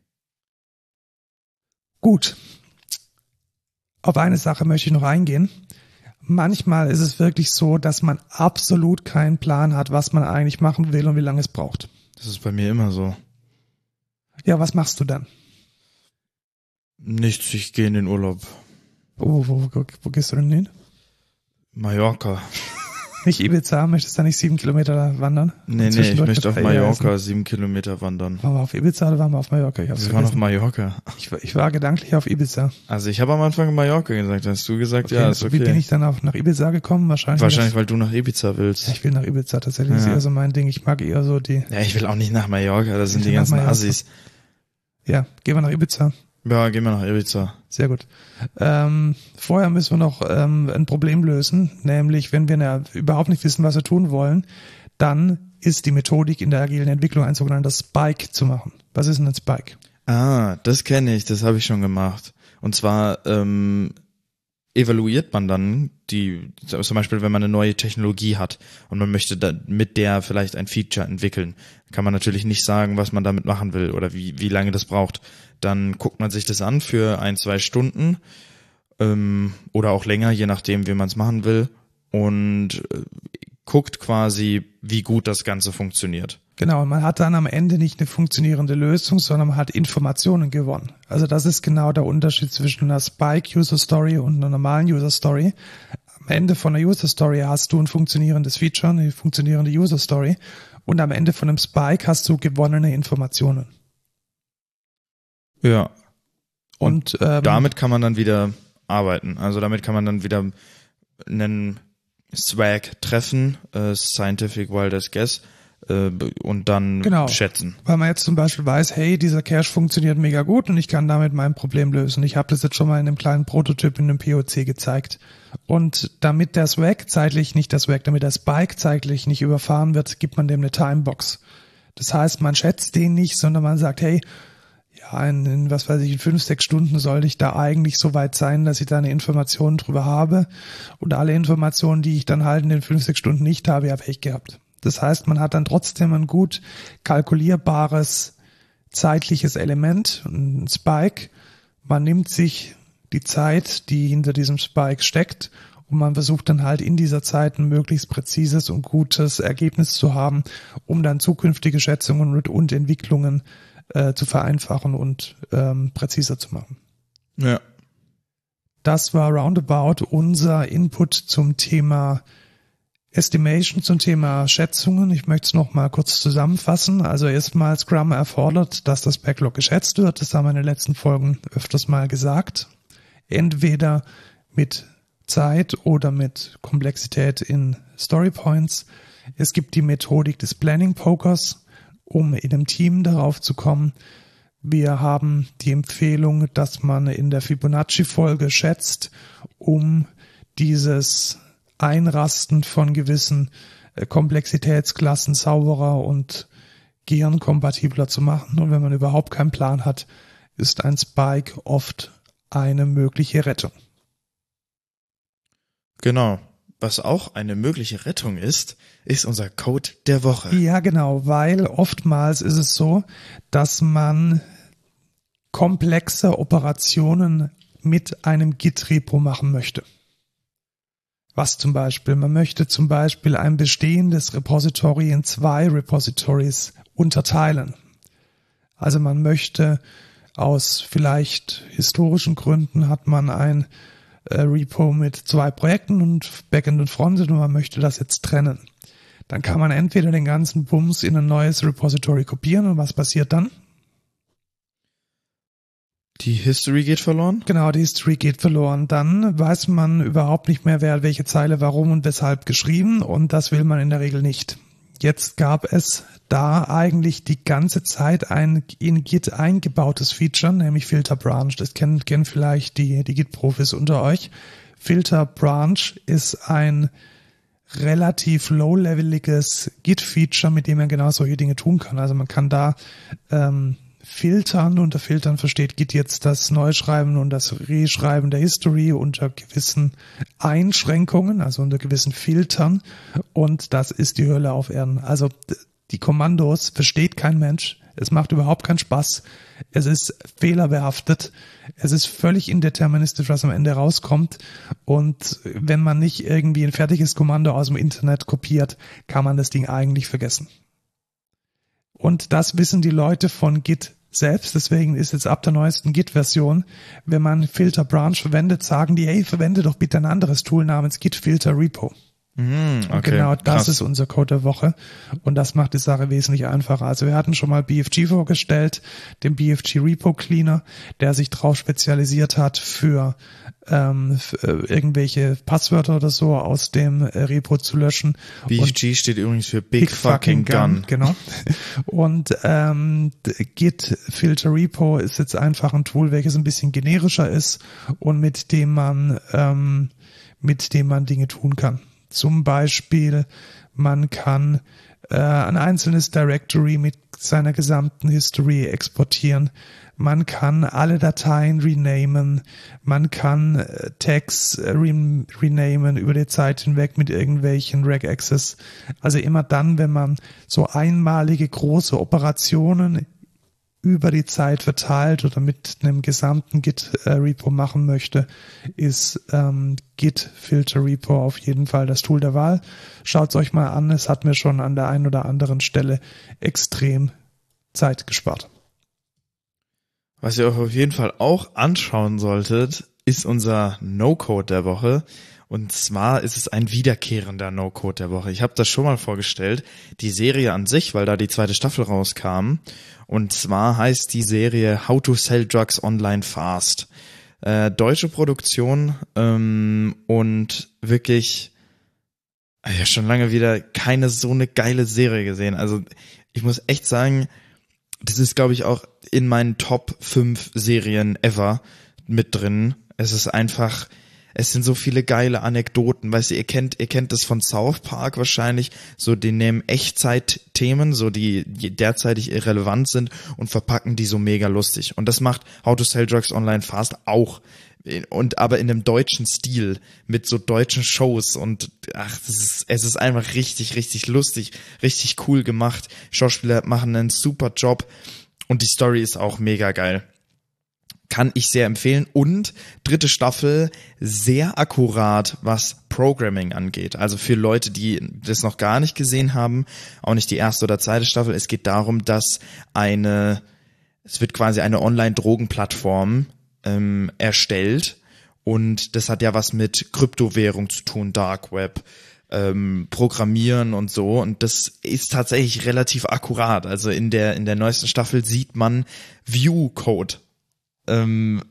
A: Gut. Auf eine Sache möchte ich noch eingehen. Manchmal ist es wirklich so, dass man absolut keinen Plan hat, was man eigentlich machen will und wie lange es braucht.
B: Das ist bei mir immer so.
A: Ja, was machst du dann?
B: Nichts, ich gehe in den Urlaub.
A: Wo, wo, wo, wo gehst du denn hin?
B: Mallorca.
A: Nicht Ibiza, möchtest du da nicht sieben Kilometer wandern?
B: Nee, nee, ich möchte auf Mallorca sieben Kilometer wandern.
A: Waren wir auf Ibiza oder waren wir auf Mallorca? Ich hab's
B: Wir waren auf Mallorca.
A: Ich, ich war gedanklich auf Ibiza.
B: Also ich habe am Anfang Mallorca gesagt, hast du gesagt,
A: Okay,
B: ja, ist okay.
A: Wie bin ich dann auf, nach Ibiza gekommen? Wahrscheinlich.
B: Wahrscheinlich, weil du nach Ibiza willst.
A: Ja, ich will nach Ibiza tatsächlich. Das ist
B: Ja.
A: eher so mein Ding. Ich mag eher so die.
B: Ja, ich will auch nicht nach Mallorca, da sind
A: Ich
B: die
A: will nach
B: ganzen
A: Mallorca.
B: Assis.
A: Ja, gehen wir nach Ibiza.
B: Ja, gehen wir nach Ibiza.
A: Sehr gut. Ähm, vorher müssen wir noch ähm, ein Problem lösen, nämlich wenn wir eine, überhaupt nicht wissen, was wir tun wollen, dann ist die Methodik in der agilen Entwicklung ein sogenannter Spike zu machen. Was ist denn ein Spike?
B: Ah, das kenne ich, das habe ich schon gemacht. Und zwar ähm, evaluiert man dann die, zum Beispiel, wenn man eine neue Technologie hat und man möchte da mit der vielleicht ein Feature entwickeln, kann man natürlich nicht sagen, was man damit machen will oder wie wie lange das braucht. Dann guckt man sich das an für ein, zwei Stunden ähm, oder auch länger, je nachdem, wie man es machen will, und äh, guckt quasi, wie gut das Ganze funktioniert.
A: Genau, und man hat dann am Ende nicht eine funktionierende Lösung, sondern man hat Informationen gewonnen. Also das ist genau der Unterschied zwischen einer Spike-User-Story und einer normalen User-Story. Am Ende von einer User-Story hast du ein funktionierendes Feature, eine funktionierende User-Story, und am Ende von einem Spike hast du gewonnene Informationen.
B: Ja.
A: Und,
B: Und
A: ähm,
B: damit kann man dann wieder arbeiten. Also damit kann man dann wieder einen Swag treffen, äh, Scientific Wildest Guess, äh, und dann
A: genau,
B: schätzen.
A: Weil man jetzt zum Beispiel weiß, hey, dieser Cache funktioniert mega gut und ich kann damit mein Problem lösen. Ich habe das jetzt schon mal in einem kleinen Prototyp in einem P O C gezeigt. Und damit der Swag zeitlich, nicht der Swag, damit der Spike zeitlich nicht überfahren wird, gibt man dem eine Timebox. Das heißt, man schätzt den nicht, sondern man sagt, hey, ja, in, in was weiß ich, in fünf, sechs Stunden sollte ich da eigentlich so weit sein, dass ich da eine Information drüber habe. Und alle Informationen, die ich dann halt in den fünf, sechs Stunden nicht habe, habe ich gehabt. Das heißt, man hat dann trotzdem ein gut kalkulierbares zeitliches Element, ein Spike. Man nimmt sich die Zeit, die hinter diesem Spike steckt, und man versucht dann halt in dieser Zeit ein möglichst präzises und gutes Ergebnis zu haben, um dann zukünftige Schätzungen und, und Entwicklungen äh, zu vereinfachen und ähm, präziser zu machen.
B: Ja.
A: Das war roundabout unser Input zum Thema Estimation, zum Thema Schätzungen. Ich möchte es noch mal kurz zusammenfassen. Also erstmal, Scrum erfordert, dass das Backlog geschätzt wird. Das haben wir in den letzten Folgen öfters mal gesagt. Entweder mit Zeit oder mit Komplexität in Storypoints. Es gibt die Methodik des Planning Pokers, um in einem Team darauf zu kommen. Wir haben die Empfehlung, dass man in der Fibonacci-Folge schätzt, um dieses Einrasten von gewissen Komplexitätsklassen sauberer und gehirnkompatibler zu machen. Und wenn man überhaupt keinen Plan hat, ist ein Spike oft eine mögliche Rettung.
B: Genau. Was auch eine mögliche Rettung ist, ist unser Code der Woche.
A: Ja, genau, weil oftmals ist es so, dass man komplexe Operationen mit einem Git-Repo machen möchte. Was zum Beispiel? Man möchte zum Beispiel ein bestehendes Repository in zwei Repositories unterteilen. Also man möchte aus vielleicht historischen Gründen hat man ein äh, Repo mit zwei Projekten und Backend und Frontend und man möchte das jetzt trennen. Dann kann man entweder den ganzen Bums in ein neues Repository kopieren und was passiert dann?
B: Die History geht verloren?
A: Genau, die History geht verloren. Dann weiß man überhaupt nicht mehr, wer hat welche Zeile warum und weshalb geschrieben und das will man in der Regel nicht. Jetzt gab es da eigentlich die ganze Zeit ein in Git eingebautes Feature, nämlich Filter Branch. Das kennen, kennen vielleicht die, die Git-Profis unter euch. Filter Branch ist ein relativ low-leveliges Git-Feature, mit dem man genau solche Dinge tun kann. Also man kann da ähm, filtern. Unter Filtern versteht Git jetzt das Neuschreiben und das Reschreiben der History unter gewissen Einschränkungen, also unter gewissen Filtern. Und das ist die Hölle auf Erden. Also die Kommandos versteht kein Mensch. Es macht überhaupt keinen Spaß. Es ist fehlerbehaftet. Es ist völlig indeterministisch, was am Ende rauskommt. Und wenn man nicht irgendwie ein fertiges Kommando aus dem Internet kopiert, kann man das Ding eigentlich vergessen. Und das wissen die Leute von Git selbst. Deswegen ist jetzt ab der neuesten Git-Version, wenn man Filter Branch verwendet, sagen die, hey, verwende doch bitte ein anderes Tool namens Git Filter Repo.
B: Mm, okay,
A: und genau das
B: krass.
A: ist unser Code der Woche und das macht die Sache wesentlich einfacher. Also wir hatten schon mal B F G vorgestellt, den B F G Repo Cleaner, der sich darauf spezialisiert hat für, ähm, für irgendwelche Passwörter oder so aus dem Repo zu löschen.
B: B F G und steht übrigens für Big, Big Fucking, fucking Gun. Gun.
A: Genau. Und ähm, Git Filter Repo ist jetzt einfach ein Tool, welches ein bisschen generischer ist und mit dem man ähm, mit dem man Dinge tun kann. Zum Beispiel, man kann äh, ein einzelnes Directory mit seiner gesamten History exportieren. Man kann alle Dateien renamen. Man kann äh, Tags äh, re- renamen über die Zeit hinweg mit irgendwelchen Regex. Also immer dann, wenn man so einmalige große Operationen über die Zeit verteilt oder mit einem gesamten Git-Repo äh, machen möchte, ist ähm, Git Filter Repo auf jeden Fall das Tool der Wahl. Schaut es euch mal an, es hat mir schon an der einen oder anderen Stelle extrem Zeit gespart.
B: Was ihr euch auf jeden Fall auch anschauen solltet, ist unser No-Code der Woche. Und zwar ist es ein wiederkehrender No-Code der Woche. Ich habe das schon mal vorgestellt, die Serie an sich, weil da die zweite Staffel rauskam. Und zwar heißt die Serie How to Sell Drugs Online Fast. Äh, deutsche Produktion ähm, und wirklich, ich habe schon lange wieder keine so eine geile Serie gesehen. Also ich muss echt sagen, das ist, glaube ich, auch in meinen Top fünf Serien ever mit drin. Es ist einfach... Es sind so viele geile Anekdoten, weißt du, ihr kennt, ihr kennt das von South Park wahrscheinlich, so die nehmen Echtzeit-Themen, so die derzeitig irrelevant sind und verpacken die so mega lustig. Und das macht How to Sell Drugs Online Fast auch. Und aber in einem deutschen Stil, mit so deutschen Shows und ach, das ist, es ist einfach richtig, richtig lustig, richtig cool gemacht. Schauspieler machen einen super Job und die Story ist auch mega geil. Kann ich sehr empfehlen. Und dritte Staffel sehr akkurat, was Programming angeht. Also für Leute, die das noch gar nicht gesehen haben, auch nicht die erste oder zweite Staffel. Es geht darum, dass eine, es wird quasi eine Online-Drogenplattform ähm, erstellt. Und das hat ja was mit Kryptowährung zu tun, Dark Web, ähm, Programmieren und so. Und das ist tatsächlich relativ akkurat. Also in der, in der neuesten Staffel sieht man View-Code. Ähm,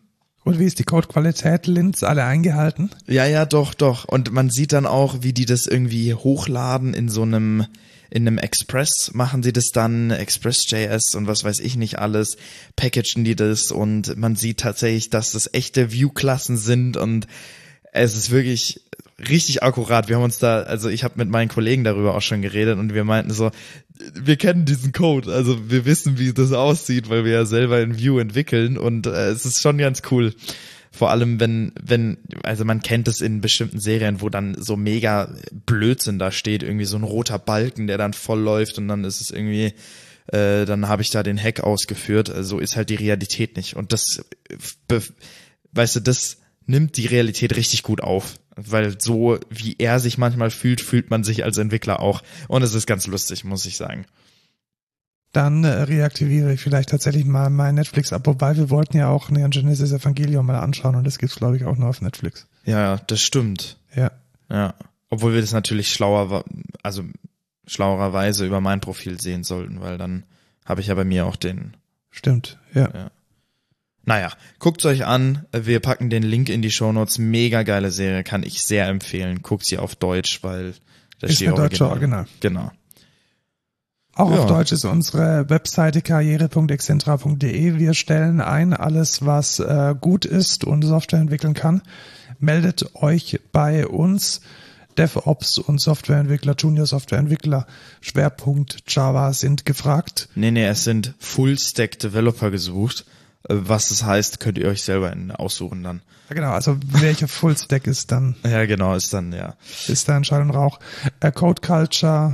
A: Und wie ist die Codequalität? Lints alle eingehalten?
B: Ja, ja, doch, doch. Und man sieht dann auch, wie die das irgendwie hochladen in so einem, in einem Express machen sie das dann, Express.js und was weiß ich nicht alles, packagen die das und man sieht tatsächlich, dass das echte View-Klassen sind und es ist wirklich richtig akkurat. Wir haben uns da, also ich habe mit meinen Kollegen darüber auch schon geredet und wir meinten so, wir kennen diesen Code, also wir wissen, wie das aussieht, weil wir ja selber in Vue entwickeln und äh, es ist schon ganz cool. Vor allem, wenn, wenn, also man kennt es in bestimmten Serien, wo dann so mega Blödsinn da steht, irgendwie so ein roter Balken, der dann voll läuft und dann ist es irgendwie, äh, dann habe ich da den Hack ausgeführt. Also so ist halt die Realität nicht. Und das, weißt du, das nimmt die Realität richtig gut auf. Weil so, wie er sich manchmal fühlt, fühlt man sich als Entwickler auch. Und es ist ganz lustig, muss ich sagen.
A: Dann äh, reaktiviere ich vielleicht tatsächlich mal mein Netflix ab, wobei wir wollten ja auch Neon Genesis Evangelion mal anschauen und das gibt's glaube ich auch nur auf Netflix.
B: Ja, das stimmt.
A: Ja.
B: Ja. Obwohl wir das natürlich schlauer, also schlauererweise über mein Profil sehen sollten, weil dann habe ich ja bei mir auch den.
A: Stimmt, ja.
B: ja. Naja, guckt's euch an. Wir packen den Link in die Shownotes. Mega geile Serie, kann ich sehr empfehlen. Guckt sie auf Deutsch, weil das
A: ist ein deutscher Original.
B: Genau.
A: Auch
B: ja.
A: auf Deutsch ist unsere Webseite karriere punkt excentra punkt de. Wir stellen ein alles, was äh, gut ist und Software entwickeln kann. Meldet euch bei uns. DevOps und Softwareentwickler, Junior Softwareentwickler, Schwerpunkt Java sind gefragt.
B: Nee, nee, es sind Full-Stack-Developer gesucht. Was das heißt, könnt ihr euch selber aussuchen dann.
A: Ja, genau, also welcher Full-Stack ist dann?
B: Ja, genau, ist dann, ja.
A: Ist da ein Schall und Rauch. Äh, Code Culture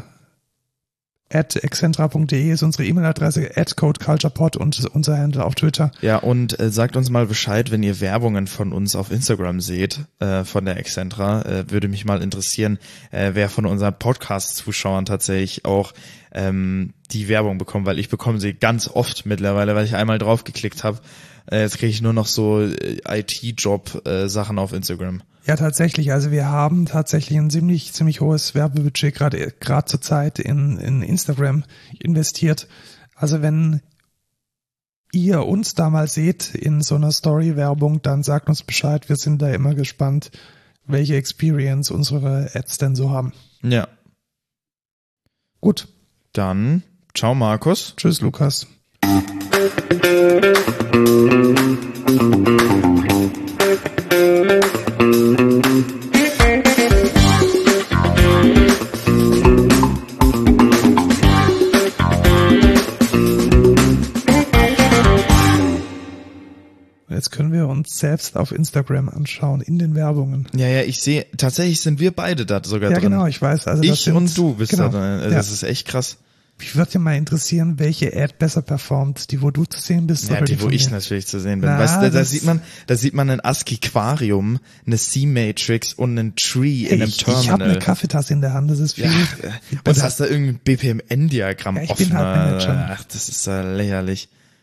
A: at excentra punkt de ist unsere E-Mail-Adresse, at codeculturepod und unser Handle auf Twitter.
B: Ja, und äh, sagt uns mal Bescheid, wenn ihr Werbungen von uns auf Instagram seht, äh, von der Excentra. Äh, würde mich mal interessieren, äh, wer von unseren Podcast-Zuschauern tatsächlich auch ähm, die Werbung bekommt, weil ich bekomme sie ganz oft mittlerweile, weil ich einmal draufgeklickt habe. Äh, jetzt kriege ich nur noch so äh, I T-Job-Sachen äh, auf Instagram.
A: Ja, tatsächlich. Also wir haben tatsächlich ein ziemlich ziemlich hohes Werbebudget gerade gerade zur Zeit in in Instagram investiert. Also wenn ihr uns da mal seht in so einer Story-Werbung, dann sagt uns Bescheid. Wir sind da immer gespannt, welche Experience unsere Ads denn so haben.
B: Ja.
A: Gut.
B: Dann ciao Markus.
A: Tschüss Lukas. Jetzt können wir uns selbst auf Instagram anschauen, in den Werbungen.
B: Ja, ja, ich sehe, tatsächlich sind wir beide da sogar
A: ja,
B: drin.
A: Ja, genau, ich weiß. Also
B: ich
A: sind,
B: und du bist
A: genau,
B: da drin. Das ja. ist echt krass.
A: Mich würde ja mal interessieren, welche Ad besser performt, die wo du zu sehen bist
B: ja,
A: oder
B: die,
A: die
B: wo ich
A: mir?
B: natürlich zu sehen bin.
A: Na,
B: weißt du, da sieht man, da sieht man ein ASCII-Quarium, eine C-Matrix und einen Tree
A: hey,
B: in einem
A: ich,
B: Terminal.
A: Ich habe eine Kaffeetasse in der Hand, das ist viel.
B: Ja, und hast da irgendein B P M N-Diagramm
A: ja, ich
B: offen.
A: Bin halt Manager.
B: Ach, das ist ja lächerlich.